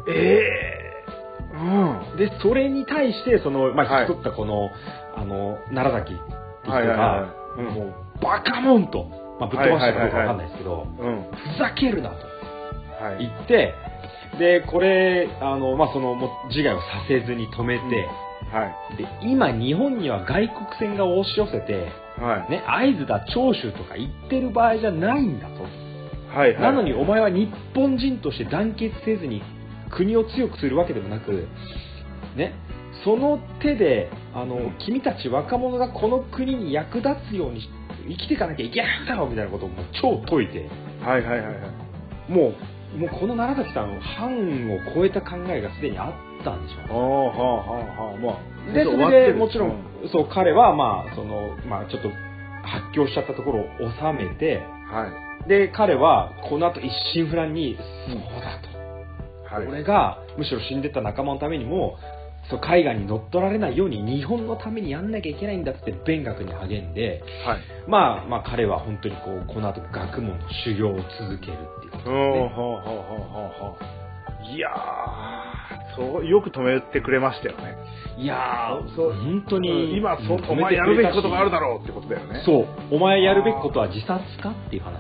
よ。で、それに対して、その、まあ、引き取ったこの、奈良崎って人が、もう、バカモンと、まあ、ぶっ飛ばしたかどうかわかんないですけど、ふざけるなと言って、で、これ、まあ、その、もう自害をさせずに止めて、で、今日本には外国船が押し寄せて、ね、会津だ、長州とか行ってる場合じゃないんだと。なのにお前は日本人として団結せずに国を強くするわけでもなく、ね、その手で、君たち若者がこの国に役立つように生きていかなきゃいけないんだろうみたいなことをもう超説いて、もうこの奈良崎さん、藩を超えた考えがすでにあったんでしょう。で、それでもちろん、そう彼はまあそのまあちょっと発狂しちゃったところを収めて、で彼はこの後一心不乱に、そうだと、俺がむしろ死んでた仲間のためにもそう海外に乗っ取られないように日本のためにやんなきゃいけないんだって勉学に励んで、まあ彼は本当にこの後学問の修行を続けるっていうことですね。 いやー、そうよく止めてくれましたよね。 いやー、本当に今お前やるべきことがあるだろうってことだよね。 そう、お前やるべきことは自殺かっていう話。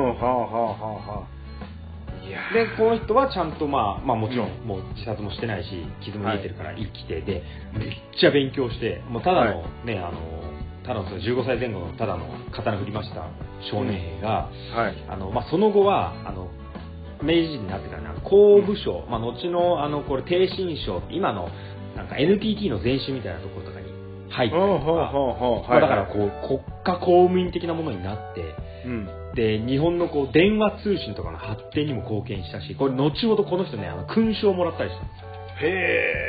で、この人はちゃんとまあもちろんもう自殺もしてないし、傷も癒えてるから生きてで、めっちゃ勉強して、もうただのね、ただの15歳前後のただの刀振りました少年兵が、まあその後は明治時になってからね、工部省、まあ後のこれ逓信省、今のなんか NTT の前身みたいなところとかに入ったりとか、だからこう国家公務員的なものになって、で日本のこう電話通信とかの発展にも貢献したし、これ後ほどこの人ね勲章をもらったりしたんですよ。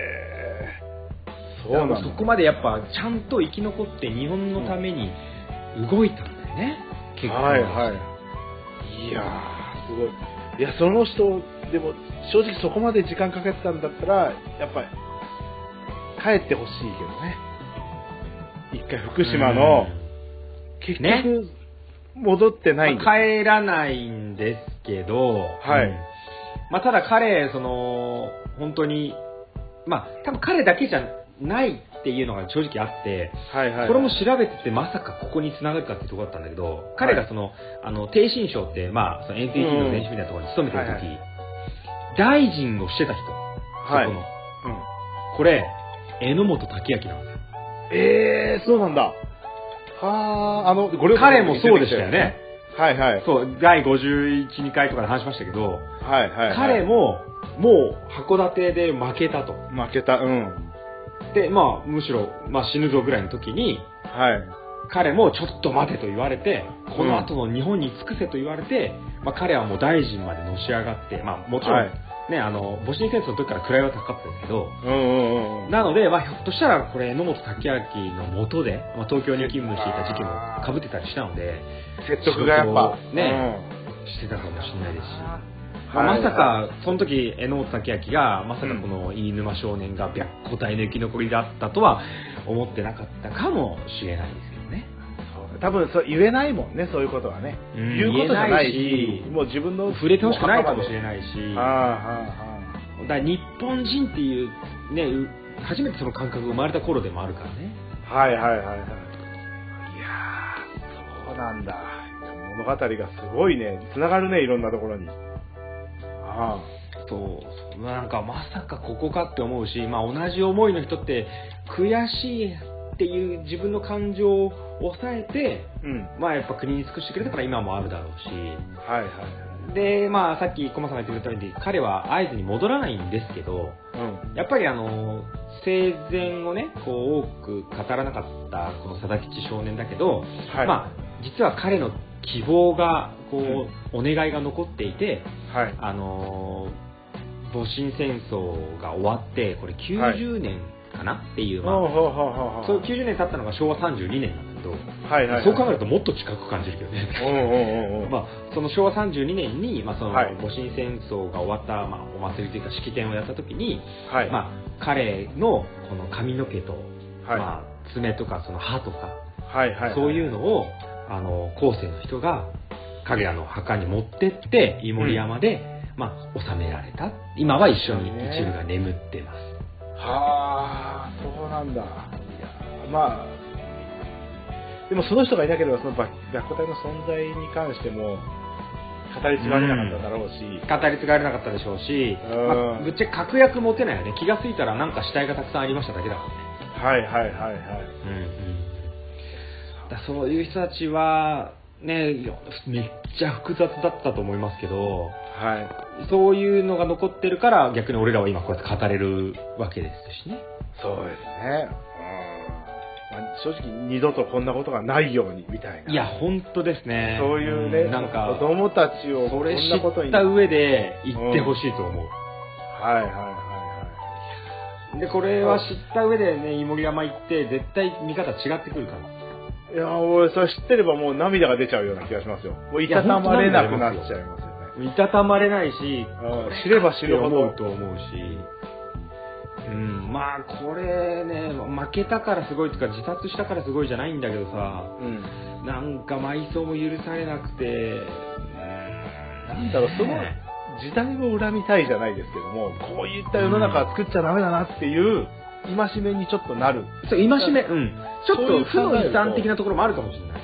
そうなんだ。そこまでやっぱちゃんと生き残って日本のために動いたんだよね。結構。 いやーすごい。いやその人でも正直そこまで時間かけてたんだったらやっぱり帰ってほしいけどね。一回福島の結局戻ってないんです、 帰らないんですけど、まあただ彼本当にまあ多分彼だけじゃないっていうのが正直あって、これも調べててまさかここに繋がるかっていうところだったんだけど、彼が逓信省ってまあその NTT の前身みたいなところに勤めてる時、大臣をしてた人、そこの、これ榎本武明なんですよ。 そうなんだ。 彼もそうでしたよね。そう、第51、2回とかで話しましたけど、彼も、もう函館で負けたと。で、まあ、むしろ、まあ死ぬぞぐらいの時に、彼もちょっと待てと言われて、この後の日本に尽くせと言われて、 まあ、彼はもう大臣までのし上がって、まあ、もちろん、ね、戊辰戦争の時から位は高かったんですけど、なので、まあ、ひょっとしたらこれ榎本武明の下で、まあ、東京に勤務していた時期も被ってたりしたので、 説得がやっぱね、してたかもしれないですし、まあ、まさかその時榎本武明がまさかこの飯沼少年が白虎隊の生き残りだったとは思ってなかったかもしれないですけどね。 多分そう言えないもんね、そういうことはね、言うことじゃないし、もう自分の触れてほしくないかもしれないし、だから日本人っていうね、初めてその感覚が生まれた頃でもあるからね。 はいはいはいはい。いやー、そうなんだ。物語がすごいね、繋がるね、いろんなところに。 そう、なんかまさかここかって思うし、まあ同じ思いの人って悔しいっていう自分の感情を抑えて、まあやっぱ国に尽くしてくれたから今もあるだろうし、で、まあさっき駒さんが言ってくれたように彼は会津に戻らないんですけど、やっぱり生前をね、こう多く語らなかったこの貞吉少年だけど、まあ実は彼の希望がこう、お願いが残っていて、戊辰戦争が終わってこれ90年かなっていう、まあそう90年経ったのが昭和32年なんだけど、そう考えるともっと近く感じるけどね。まあその昭和32年に、まあその戊辰戦争が終わった、まあお祭りというか式典をやった時に、まあ彼のこの髪の毛と、まあ爪とかその歯とか、そういうのを後世の人が彼らの墓に持ってって飯盛山で、まあ納められた。今は一緒に一部が眠ってます。 はあ、そうなんだ。いや、まあでもその人がいなければその白虎隊の存在に関しても語り継がれなかっただろうし、 語り継がれなかったでしょうし、まあ、ぶっちゃけ確約持てないよね。気がついたらなんか死体がたくさんありましただけだからね。そういう人たちはね、めっちゃ複雑だったと思いますけど、そういうのが残ってるから逆に俺らは今こうやって語れるわけですしね。 そうですね。正直二度とこんなことがないようにみたいな。 いや本当ですね。 そういうね、 なんか子供たちをそれ知った上で言ってほしいと思う。でこれは知った上でね、飯盛山行って絶対見方違ってくるから。 いや俺それ知ってればもう涙が出ちゃうような気がしますよ。もういたたまれなくなっちゃいますよね。 いたたまれないし、 知れば知るほど思うと思うし。まあこれね、負けたからすごいとか自殺したからすごいじゃないんだけどさ、なんか埋葬も許されなくて、 なんだろう、その時代を恨みたいじゃないですけども、こういった世の中は作っちゃダメだなっていう戒めにちょっとなる。 そう、戒め、ちょっと負の遺産的なところもあるかもしれない。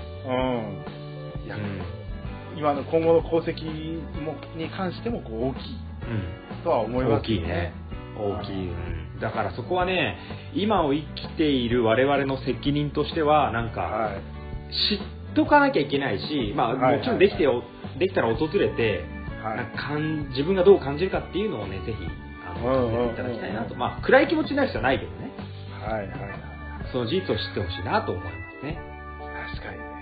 今の今後の功績に関しても大きいとは思います。 大きいね。大きい。だからそこはね、今を生きている我々の責任としてはなんか知っとかなきゃいけないし、まあもちろんできたら訪れて、自分がどう感じるかっていうのをね、ぜひやっていただきたいなと。まあ暗い気持ちになる人はないけどね。その事実を知ってほしいなと思いますね。 確かにね。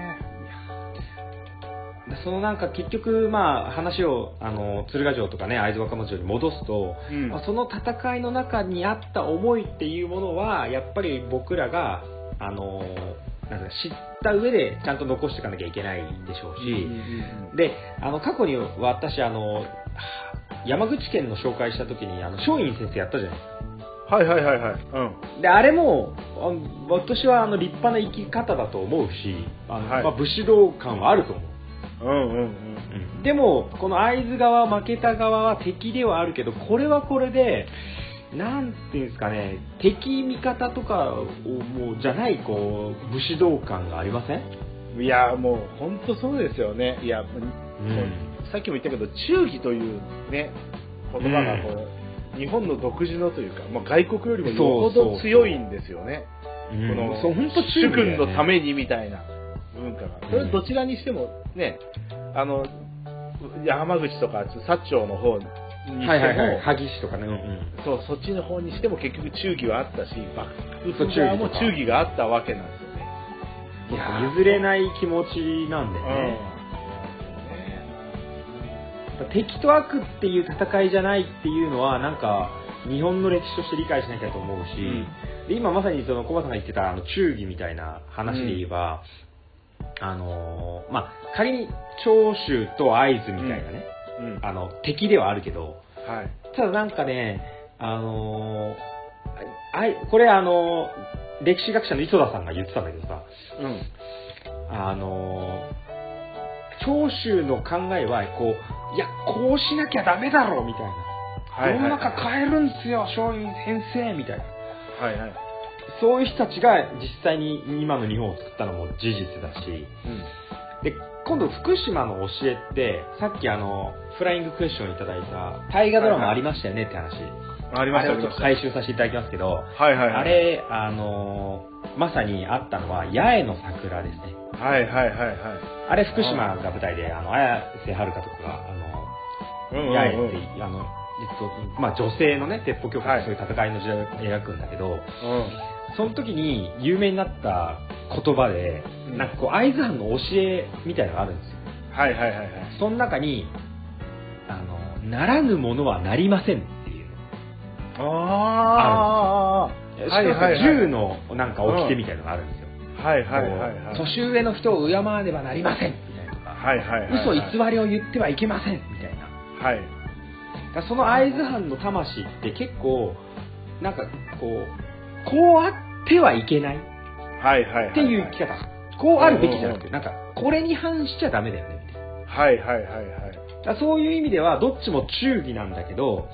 そのなんか結局まあ話を鶴ヶ城とかね会津若松城に戻すと、その戦いの中にあった思いっていうものはやっぱり僕らがなんか知った上でちゃんと残していかなきゃいけないでしょうし、で過去に私山口県の紹介した時に松陰先生やったじゃないですか。であれも私は立派な生き方だと思うし、武士道感はあると思う。でもこの会津側負けた側は敵ではあるけど、これはこれでなんていうんですかね、敵味方とかをもうじゃないこう武士道感がありません？ いやもう本当そうですよね。いや、さっきも言ったけど忠義というね言葉がこう、日本の独自のというか、外国よりもよほど強いんですよね。この主君のためにみたいな文化が。それどちらにしてもね、山口とか薩長の方にしても、 萩市とかね、 そっちの方にしても結局忠義はあったし、幕府側も忠義があったわけなんですよね。 譲れない気持ちなんでね。 敵と悪っていう戦いじゃないっていうのはなんか日本の歴史として理解しなきゃと思うし、で今まさにその小松さんが言ってた忠義みたいな話で言えば、仮に長州と会津みたいなね、敵ではあるけど、ただなんかね、これ歴史学者の磯田さんが言ってたんだけどさ、長州の考えはこうしなきゃダメだろうみたいな、世の中変えるんすよ松陰先生みたいな、そういう人たちが実際に今の日本を作ったのも事実だし、で今度福島の教えってさっきフライングクエスチョンいただいた大河ドラマありましたよねって話、あれをちょっと回収させていただきますけど、あれまさにあったのは八重の桜ですね。あれ福島が舞台で綾瀬はるかとかが八重って女性のね鉄砲曲とそういう戦いの時代を描くんだけど、その時に有名になった言葉で、なんかこう会津藩の教えみたいなのがあるんですよ。その中にならぬものはなりませんっていうのあるんですよ。銃のなんか掟みたいなのがあるんですよ。年上の人を敬わねばなりませんみたいなとか、嘘偽りを言ってはいけませんみたいな。その会津藩の魂って結構なんかこうあってはいけないっていう生き方、こうあるべきじゃなくて、なんかこれに反しちゃダメだよねみたいな。そういう意味ではどっちも忠義なんだけど、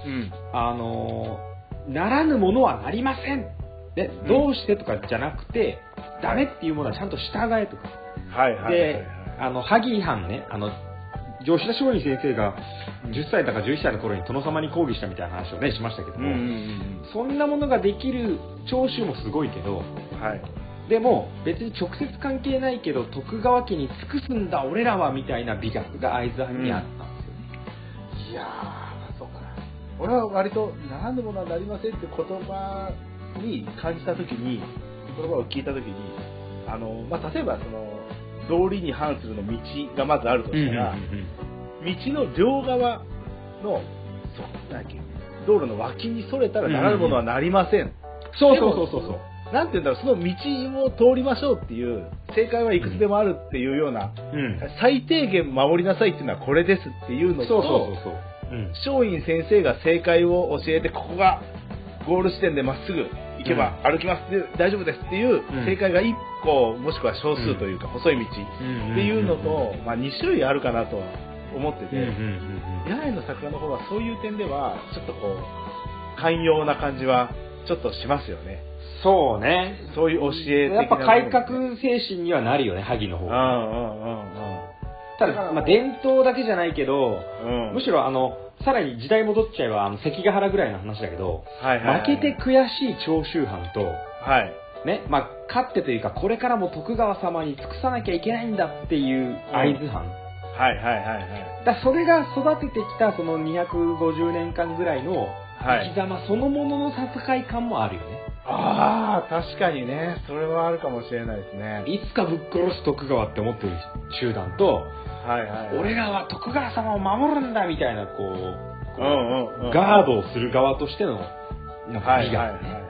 ならぬものはなりませんで、どうしてとかじゃなくて、ダメっていうものはちゃんと従えとか。で、萩藩ね、吉田松陰先生が10歳だか11歳の頃に殿様に抗議したみたいな話をねしましたけども、そんなものができる長州もすごいけど、でも別に直接関係ないけど徳川家に尽くすんだ俺らはみたいな美学が会津藩にあったんですよ。いやー、そうかな。 俺は割とならぬものはなりませんって言葉に感じた時に、言葉を聞いた時に、例えばその道理に反するの道がまずあるとしたら、道の両側の道路の脇にそれたらならぬものはなりません。なんて言うんだろう、その道を通りましょうっていう正解はいくつでもあるっていうような、最低限守りなさいっていうのはこれですっていうのと、松陰先生が正解を教えて、ここがゴール地点でまっすぐ行けば歩きますで大丈夫ですっていう正解が1個もしくは少数というか細い道っていうのと、2種類あるかなとは思ってて、八重の桜の方はそういう点ではちょっとこう寛容な感じはちょっとしますよね。 そうね。 そういう教え的な、 やっぱ改革精神にはなるよね、萩の方が。ただ、伝統だけじゃないけど、むしろさらに時代戻っちゃえば関ヶ原ぐらいの話だけど、負けて悔しい長州藩と、ね、勝ってというかこれからも徳川様に尽くさなきゃいけないんだっていう会津藩。だそれが育ててきたその250年間ぐらいの生き様そのものの戦い感もあるよね。 確かにね、それはあるかもしれないですね。 いつかぶっ殺す徳川って思ってる集団と、俺らは徳川様を守るんだみたいなガードをする側としてのなんか美学ね。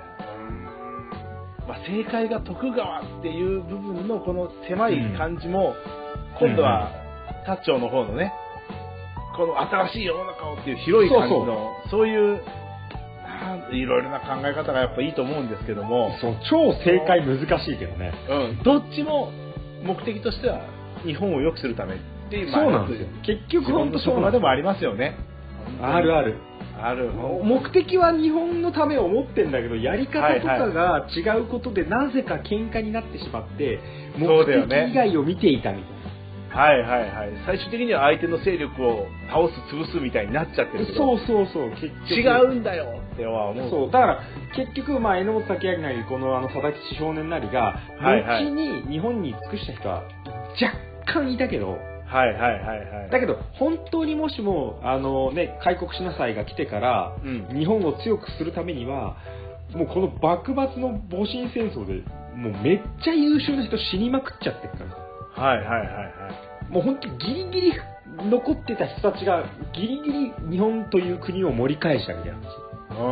正解が徳川っていう部分のこの狭い感じも、今度は達長の方のね、この新しい世の中をっていう広い感じのそういういろいろな考え方がやっぱいいと思うんですけども、 超正解難しいけどね。 どっちも目的としては日本を良くするためっていう、 そうなんですよ。結局本当職場でもありますよね。 ある。目的は日本のためを思ってんだけど、やり方とかが違うことでなぜか喧嘩になってしまって、目的以外を見ていたみたいな。 最終的には相手の勢力を倒す潰すみたいになっちゃってるけど、 結局違うんだよっては思う。 だから結局榎本武明なりこの佐々木少年なりが後に日本に尽くした人は若干いたけど、だけど本当にもしも開国しなさいが来てから、日本を強くするためにはもうこの幕末の戊辰戦争でもうめっちゃ優秀な人死にまくっちゃってるから。もう本当にギリギリ残ってた人たちがギリギリ日本という国を盛り返したみたいな話。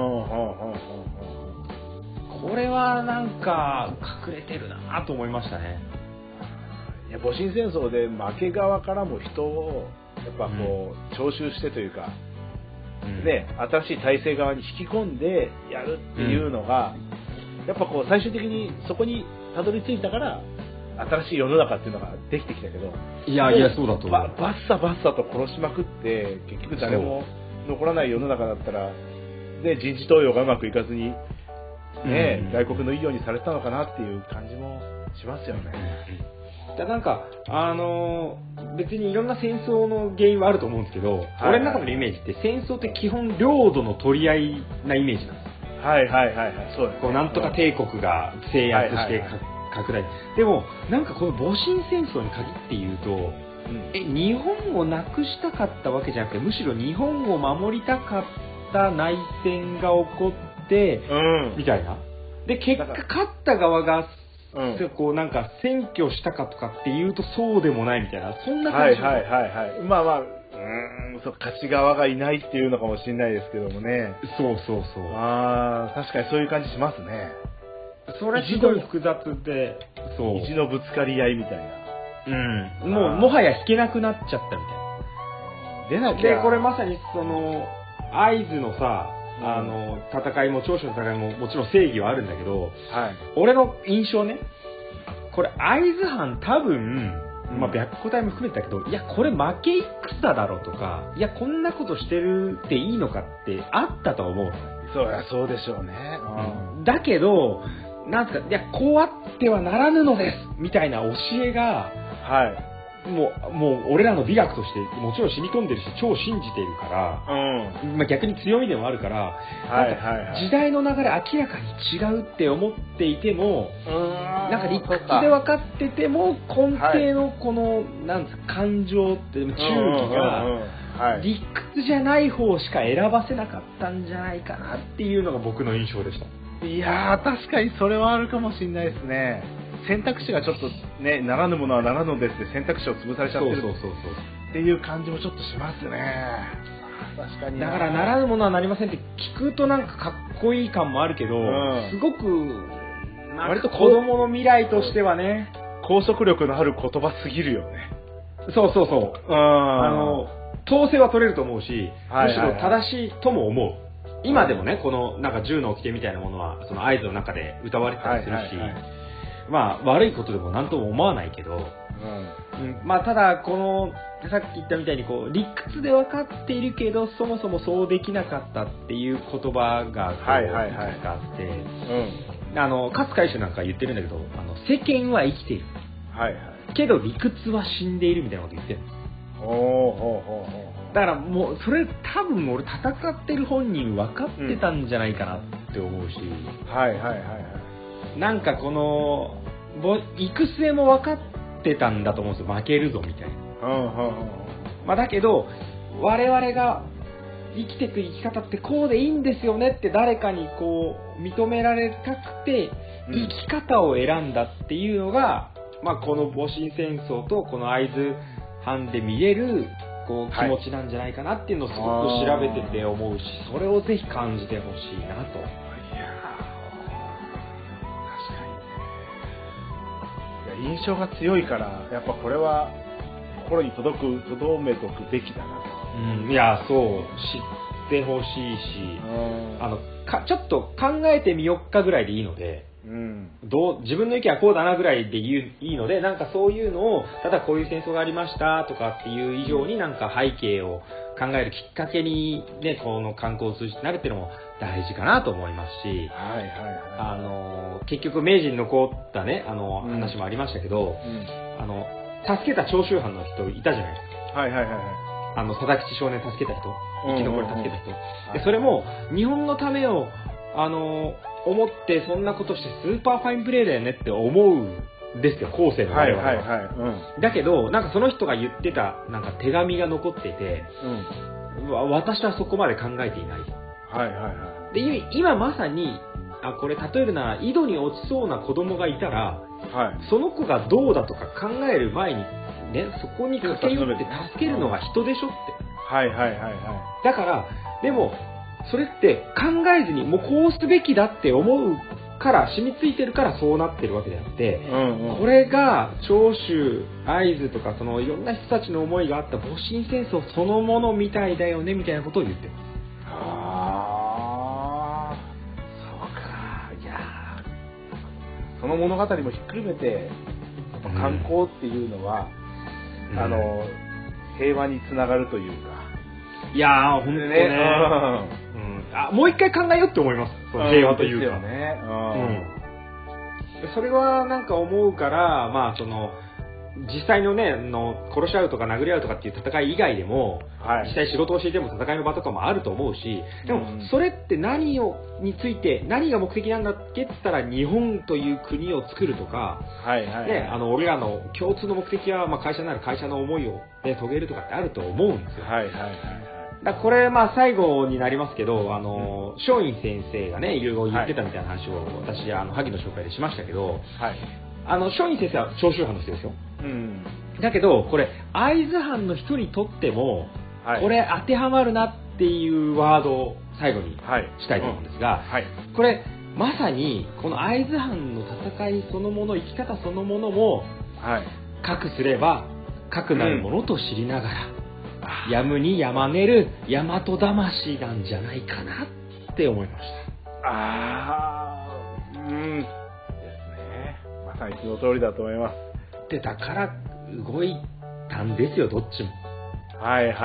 これはなんか隠れてるなと思いましたね。 いや、戊辰戦争で負け側からも人をやっぱこう徴収してというか、で新しい体制側に引き込んでやるっていうのが、やっぱこう最終的にそこにたどり着いたから新しい世の中っていうのができてきたけど、 いやそうだと思う。 バッサバッサと殺しまくって結局誰も残らない世の中だったら、で人事登用がうまくいかずに、ね、外国のいいようにされたのかなっていう感じもしますよね。 なんか別にいろんな戦争の原因はあると思うんですけど、俺の中のイメージって戦争って基本領土の取り合いなイメージなんです。 そうですね。 こうなんとか帝国が制圧して拡大。でもなんかこの戊辰戦争に限って言うと、日本をなくしたかったわけじゃなくて、むしろ日本を守りたかった内戦が起こって、みたいな。で結果勝った側がこうなんか占拠したかとかっていうとそうでもないみたいな、そんな感じ。 まあそう勝ち側がいないっていうのかもしれないですけどもね。 そう。 確かにそういう感じしますね。 それすごい複雑で、 意地のぶつかり合いみたいな。もはや引けなくなっちゃったみたいな。でこれまさにその会津のさ。戦いも長州の戦いももちろん正義はあるんだけど、俺の印象ね、これ会津藩多分、白虎隊も含めてたけど、いやこれ負け戦だろとか、いやこんなことしてるっていいのかってあったと思う。 そうでしょうね。 だけどなんすか、いやこうあってはならぬのですみたいな教えが、もう俺らの美学としてもちろん染み込んでるし超信じているから、逆に強みでもあるから、時代の流れ明らかに違うって思っていても、なんか理屈で分かってても根底のこのなんですか感情って忠義が理屈じゃない方しか選ばせなかったんじゃないかなっていうのが僕の印象でした。 いやー確かにそれはあるかもしれないですね。選択肢がちょっとね、ならぬものはならぬのですって選択肢を潰されちゃってるっていう感じもちょっとしますね。確かに。 だからならぬものはなりませんって聞くとなんかかっこいい感もあるけど、すごく割と子供の未来としてはね、 拘束力のある言葉すぎるよね。 そう。統制は取れると思うし、むしろ正しいとも思う。今でもね、このなんか銃の掟みたいなものはその合図の中で歌われてたりするし、まあ悪いことでも何とも思わないけど、まあただこのさっき言ったみたいにこう理屈で分かっているけどそもそもそうできなかったっていう言葉がいくつかあって、勝海舟なんか言ってるんだけど、世間は生きている、けど理屈は死んでいるみたいなこと言ってる。だからもうそれ多分俺戦ってる本人分かってたんじゃないかなって思うし、なんかこの行く末も分かってたんだと思うんですよ、負けるぞみたいな。だけど我々が生きていく生き方ってこうでいいんですよねって誰かにこう認められたくて生き方を選んだっていうのが、この戊辰戦争とこの会津藩で見れるこう気持ちなんじゃないかなっていうのをすごく調べてて思うし、それをぜひ感じてほしいなと。 印象が強いからやっぱこれは心に留めとくべきだなと。 いやそう知ってほしいし、ちょっと考えてみよっかぐらいでいいので、自分の意見はこうだなぐらいでいいので、なんかそういうのをただこういう戦争がありましたとかっていう以上になんか背景を考えるきっかけにね、この観光を通じてなるっていうのも大事かなと思いますし、結局明治に残ったね話もありましたけど、助けた長州藩の人いたじゃないですか。貞吉少年助けた人、生き残り助けた人、でそれも日本のためを思ってそんなことしてスーパーファインプレーだよねって思うんですよ、後世の我々は。だけどなんかその人が言ってたなんか手紙が残ってて、私はそこまで考えていない。で今まさにこれ例えるなら井戸に落ちそうな子供がいたら、その子がどうだとか考える前にね、そこに駆け寄って助けるのが人でしょって。 はいはいはいはい。 だから、でも、それって考えずに、もうこうすべきだって思うから、染みついてるからそうなってるわけであって、これが長州、会津とか、そのいろんな人たちの思いがあった戊辰戦争そのものみたいだよね、みたいなことを言ってる。 ああ、そうか。いやその物語もひっくるめて、観光っていうのは、平和につながるというか。 いやー、ほんとね。もう一回考えようって思います。その平和というか。ですよね。それはなんか思うから、まあその、実際のね、殺し合うとか殴り合うとかっていう戦い以外でも、実際仕事をしていても戦いの場とかもあると思うし、でもそれって何について、何が目的なんだっけって言ったら日本という国を作るとか、ね、俺らの共通の目的は、まあ会社なら会社の思いを、ね、遂げるとかってあると思うんですよ。だこれ、まあ最後になりますけど、松陰先生がね、いろいろ言ってたみたいな話を私、萩の紹介でしましたけど、松陰先生は長州藩の人ですよ。だけど、これ、会津藩の人にとっても、これ当てはまるなっていうワードを最後にしたいと思うんですが、これ、まさに、この会津藩の戦いそのもの、生き方そのものも、かくすれば、かくなるものと知りながら、やむにやまねる大和魂なんじゃないかなって思いました。 ですね。まさにその通りだと思います。 で、だから動いたんですよ、どっちも。 確かにね。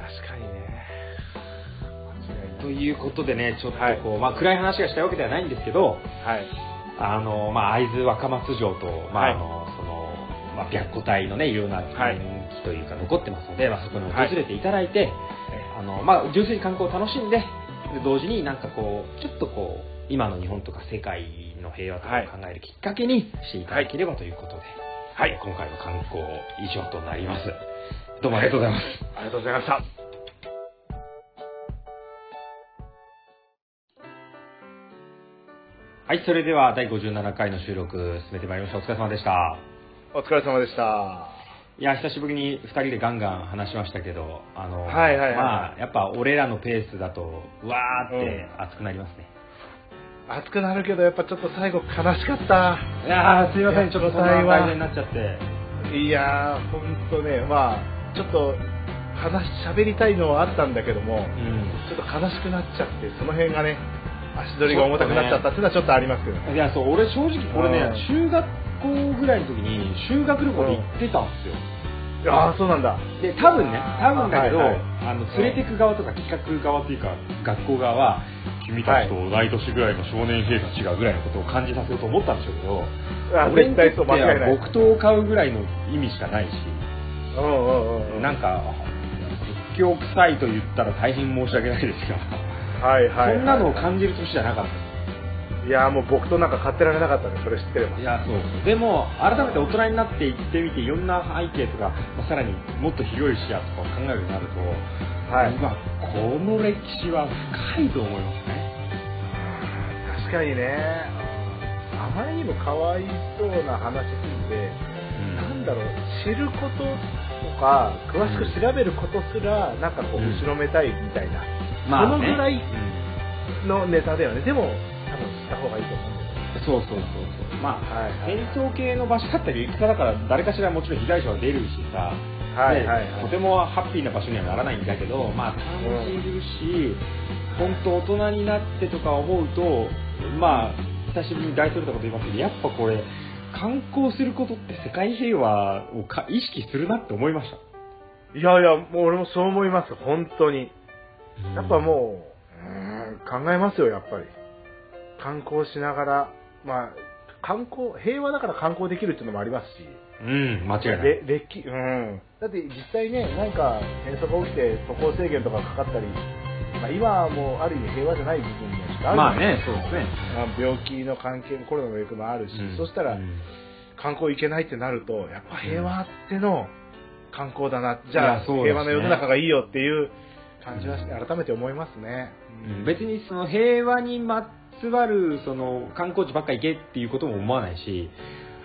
ということでね、ちょっとこう、まあ暗い話がしたいわけではないんですけど、まあ会津若松城と、まあその、まあ、白虎隊のね、いろんな記念碑というか残ってますので、まあ、そこに訪れていただいて、まあ、純粋に観光を楽しんで、同時になんかこう、ちょっとこう、今の日本とか世界の平和とかを考えるきっかけにしていただければということで、今回の観光以上となります。どうもありがとうございます。 ありがとうございました。 はい、それでは第57回の収録進めてまいりました。お疲れ様でした。 お疲れ様でした。 いや、久しぶりに2人でガンガン話しましたけど、まあ、やっぱ俺らのペースだと、うわーって熱くなりますね。 熱くなるけど、やっぱちょっと最後悲しかった。 いやー、すいません、ちょっとそんな感じになっちゃって。 いやー、ほんとね、まあ、ちょっと、喋りたいのはあったんだけども、ちょっと悲しくなっちゃって、その辺がね、足取りが重たくなっちゃったっていうのはちょっとありますけどね。 いや、そう、俺正直これね、中学校ぐらいの時に修学旅行で行ってたんですよ。 ああ、そうなんだ。 で、多分だけど、連れてく側とか企画側というか、学校側は、君たちと同い年ぐらいの少年兵たちがぐらいのことを感じさせようと思ったんでしょうけど、俺にとっては木刀を買うぐらいの意味しかないし、なんか、仏教臭いと言ったら大変申し訳ないですが、そんなのを感じる年じゃなかったです。 いやもう僕となんか買ってられなかったね、それ知ってれば。 いや、そう。でも、改めて大人になって行ってみて、いろんな背景とか、さらにもっと広い視野とかを考えるようになると、この歴史は深いと思いますね。 確かにね、あまりにもかわいそうな話すぎて、なんだろう、知ることとか、詳しく調べることすら、なんかこう、後ろめたいみたいな、そのぐらいのネタだよね。でも、した方がいいと思うんですよ。 そう。まあ、戦争系の場所だったり戦だから誰かしらもちろん被害者は出るしさ、とてもハッピーな場所にはならないんだけど、まあ感じるし、本当大人になってとか思うと、まあ久しぶりに大それたこと言いますけど、やっぱこれ観光することって世界平和を意識するなって思いました。 いや、もう俺もそう思います、本当に。やっぱもう、考えますよ、やっぱり。観光しながら、まあ、平和だから観光できるっていうのもありますし。 間違いない。 だって実際ね、なんか戦争が起きて渡航制限とかかかったり、まあ、今はもうある意味平和じゃない部分もしかある。 まあね、そうですね。 病気の関係、コロナの影響もあるし、そしたら観光行けないってなると、やっぱ平和っての観光だな。じゃあ、平和の世の中がいいよっていう感じは改めて思いますね。 別にその平和にまつわるその観光地ばっか行けっていうことも思わないし、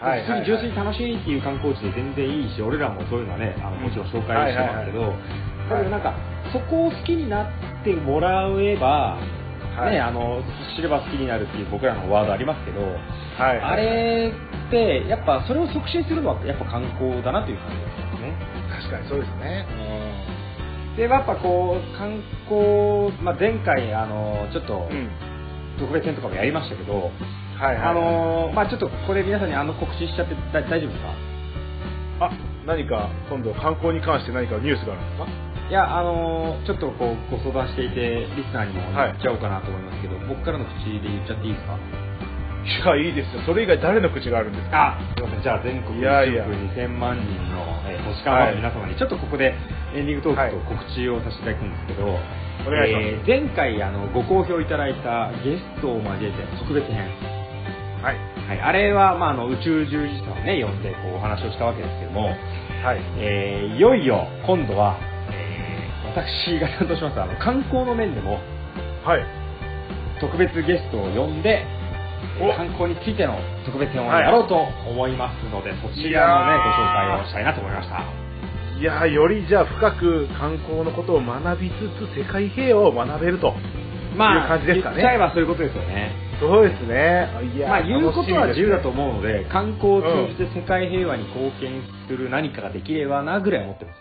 普通に純粋に楽しいっていう観光地で全然いいし、俺らもそういうのはね、もちろん紹介してますけど、だけどなんかそこを好きになってもらえば、ね、知れば好きになるっていう僕らのワードありますけど、あれってやっぱそれを促進するのはやっぱ観光だなという感じですね。 確かにそうですね。 でやっぱこう観光、前回ちょっと特別編とかもやりましたけど、ちょっとこれ皆さんに告知しちゃって大丈夫ですか？ 何か今度観光に関して何かニュースがあるんですか？ いやちょっとこうご相談していてリスナーにも言っちゃおうかなと思いますけど、僕からの口で言っちゃっていいですか？ いや、いいですよ。それ以外誰の口があるんですか？ すいません。じゃあ全国1億2000万人の都市間の皆様にちょっとここでエンディングトークと告知をさせていただくんですけど、 お願いします。 前回ご好評いただいたゲストを交えて特別編、あれは、宇宙従事者をね呼んでこうお話をしたわけですけども、いよいよ今度は、私が担当します観光の面でも、特別ゲストを呼んで観光についての特別編をやろうと思いますので、そちらのねご紹介をしたいなと思いました。 いや、よりじゃあ深く観光のことを学びつつ世界平和を学べるという感じですかね。 言っちゃえばそういうことですよね。 そうですね。 いや、言うことは自由だと思うので、観光を通じて世界平和に貢献する何かができればなぐらい思ってます。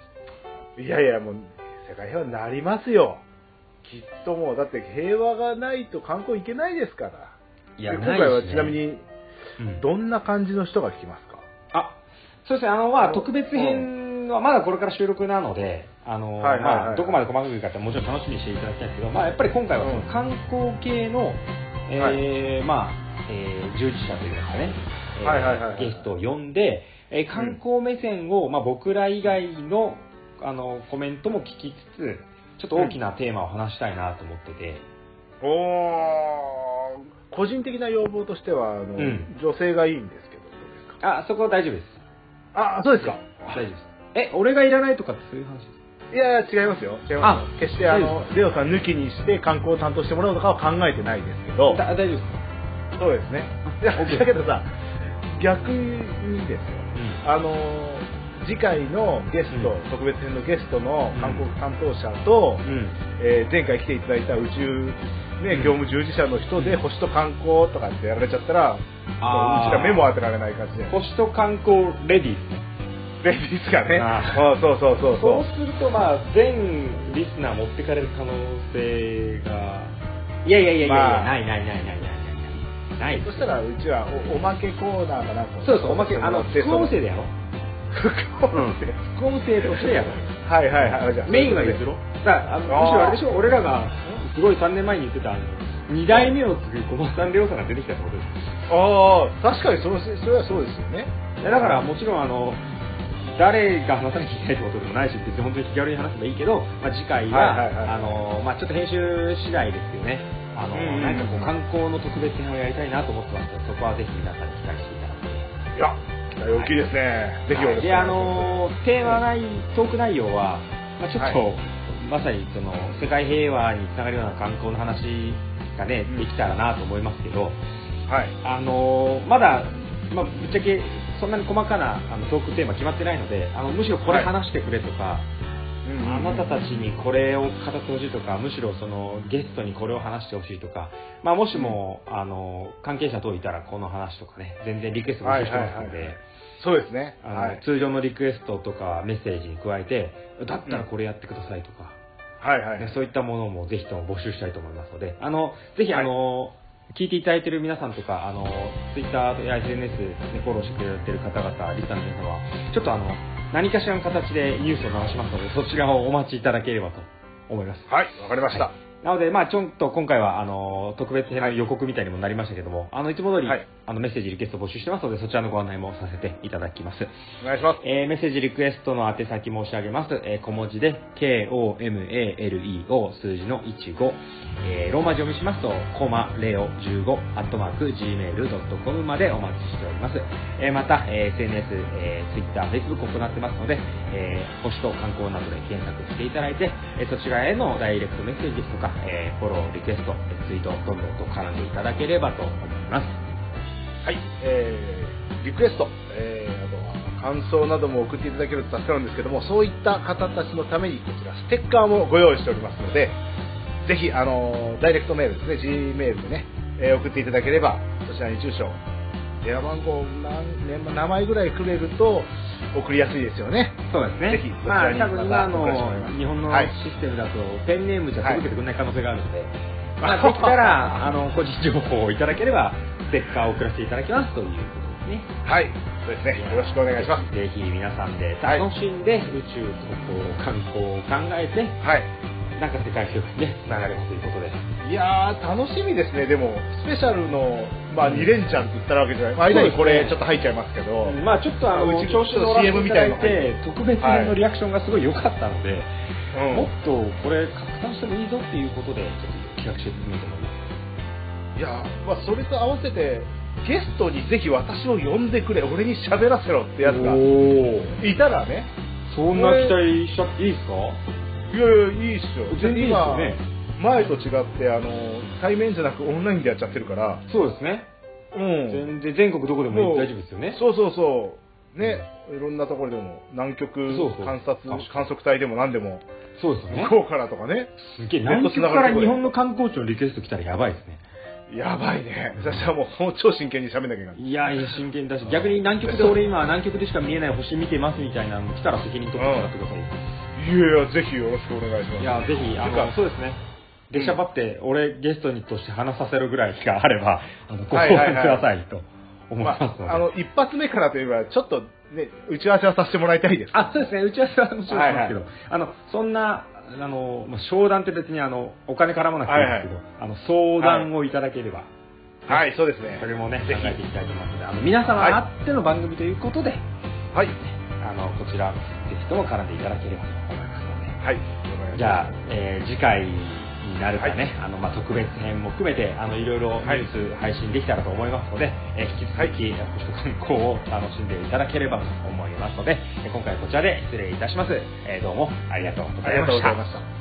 いやいや、もう世界平和になりますよ。きっともうだって平和がないと観光行けないですから。 いや、 今回はちなみにどんな感じの人が来ますか？ そうですね。特別編はまだこれから収録なので、どこまで細かくいくかってもちろん楽しみにしていただきたいんですけど、やっぱり今回はその観光系の従事者といいますかね、ゲストを呼んで、観光目線を、僕ら以外のコメントも聞きつつ、ちょっと大きなテーマを話したいなと思ってて。 個人的な要望としては女性がいいんですけど、どうですか？ そこは大丈夫です。 そうですか？ 大丈夫です。俺がいらないとかってそういう話ですか？ いや、違いますよ。違います。決してレオさん抜きにして観光を担当してもらうとかは考えてないですけど。 大丈夫ですか？ そうですね。だけどさ、逆にですよ。次回のゲスト、特別編のゲストの観光担当者と、前回来ていただいた宇宙業務従事者の人で星と観光とかってやられちゃったら、うちら目も当てられない感じで。 星と観光レディースね。 レディースがね。そう。 そうすると全リスナー持ってかれる可能性が、いや、ない。 そしたらうちはおまけコーナーかなと。 そう、おまけ、副音声でやろう。副音声としてやろう。メインは譲ろう。むしろあれでしょ、俺らがすごい3年前に言ってた2代目を継ぐ小松さんレオさんが出てきたってことです。 確かにそれはそうですよね。 だからもちろん誰が話さなきゃいけないってことでもないし、別に本当に気軽に話せばいいけど、次回はちょっと編集次第ですよね。なんかこう観光の特別編をやりたいなと思ってますので、そこはぜひ皆さんに期待していただいて。 いや、期待大きいですね。ぜひお願いします。 で、トーク内容は、ちょっと、まさにその世界平和につながるような観光の話がね、できたらなと思いますけど、まだ、ぶっちゃけそんなに細かなトークテーマ決まってないので、むしろこれ話してくれとか、あなたたちにこれを語ってほしいとか、むしろそのゲストにこれを話してほしいとか、もしも関係者等いたらこの話とかね、全然リクエスト募集してますので、 そうですね。 通常のリクエストとかメッセージに加えて、だったらこれやってくださいとか、そういったものもぜひとも募集したいと思いますので、ぜひ聞いていただいている皆さんとか、Twitter や SNS でフォローしてくれている方々、リスナーの皆様は、ちょっと何かしらの形でニュースを流しますので、そちらをお待ちいただければと思います。 はい、わかりました。 なので、ちょっと今回は特別編の予告みたいにもなりましたけども、いつも通り、メッセージリクエスト募集してますので、そちらのご案内もさせていただきます。 お願いします。 メッセージリクエストの宛先申し上げます。小文字で KOMALEO 数字の15、ローマ字読みしますとコマレオ15 @gmail.com までお待ちしております。また、SNS、Twitter、Facebook を行ってますので、星と観光などで検索していただいて、そちらへのダイレクトメッセージですとか、フォロー、リクエスト、ツイート、どんどんと絡んでいただければと思います。 はい、リクエスト、あとは感想なども送っていただけると助かるんですけども、そういった方たちのためにこちらステッカーもご用意しておりますので、ぜひダイレクトメールですね、G メールでね、送っていただければ、そちらに住所、電話番号、名前ぐらいくれると送りやすいですよね。 そうですね。 ぜひそちらに多分今の日本のシステムだと、ペンネームじゃ届けてくれない可能性があるので、できたら個人情報をいただければステッカーを送らせていただきますということですね。 はい、そうですね。よろしくお願いします。 ぜひ皆さんで楽しんで、宇宙と観光を考えて、はい、なんか世界広くね、つながればということで。 いやー、楽しみですね。でも、スペシャルの、2連チャンって言ったらわけじゃない。間にこれちょっと入っちゃいますけど。 ちょっと調子の CM みたいな特別編のリアクションがすごい良かったので、もっとこれ拡散してもいいぞっていうことで、ちょっと企画してみようと思います。 いやー、それと合わせて、ゲストにぜひ私を呼んでくれ、俺に喋らせろってやつがいたらね。 そんな期待しちゃっていいですか？ いやいいっすよ。 全然いいですよね。 前と違って対面じゃなくオンラインでやっちゃってるから。 そうですね。全然全国どこでも大丈夫ですよね。 そうね、いろんなところでも南極観測隊でも何でも、 そうですよね。 向こうからとかね。 すげえ、南極から日本の観光地のリクエスト来たらやばいですね。 やばいね。私はもう超真剣に喋んなきゃいけない。 いや真剣だし、逆に南極で俺今南極でしか見えない星見てますみたいなの来たら責任取ってもらってください。 いやぜひよろしくお願いします。 いやぜひそうですね。出しゃばって俺ゲストにとして話させるぐらいがあればご相談くださいと思いますので。 一発目からといえばちょっとね打ち合わせはさせてもらいたいです。 そうですね。打ち合わせはもちろんしますけど、そんな商談って別にお金絡まなくていいんですけど、相談をいただければ。 はい、そうですね。 それもね、考えていきたいと思いますので、皆様あっての番組ということで、はい、こちら、ぜひとも絡んでいただければと思いますので、はい、じゃあ、次回になるかね、特別編も含めて、いろいろニュース配信できたらと思いますので、引き続き、星と観光を楽しんでいただければと思いますので、今回こちらで失礼いたします。どうもありがとうございました。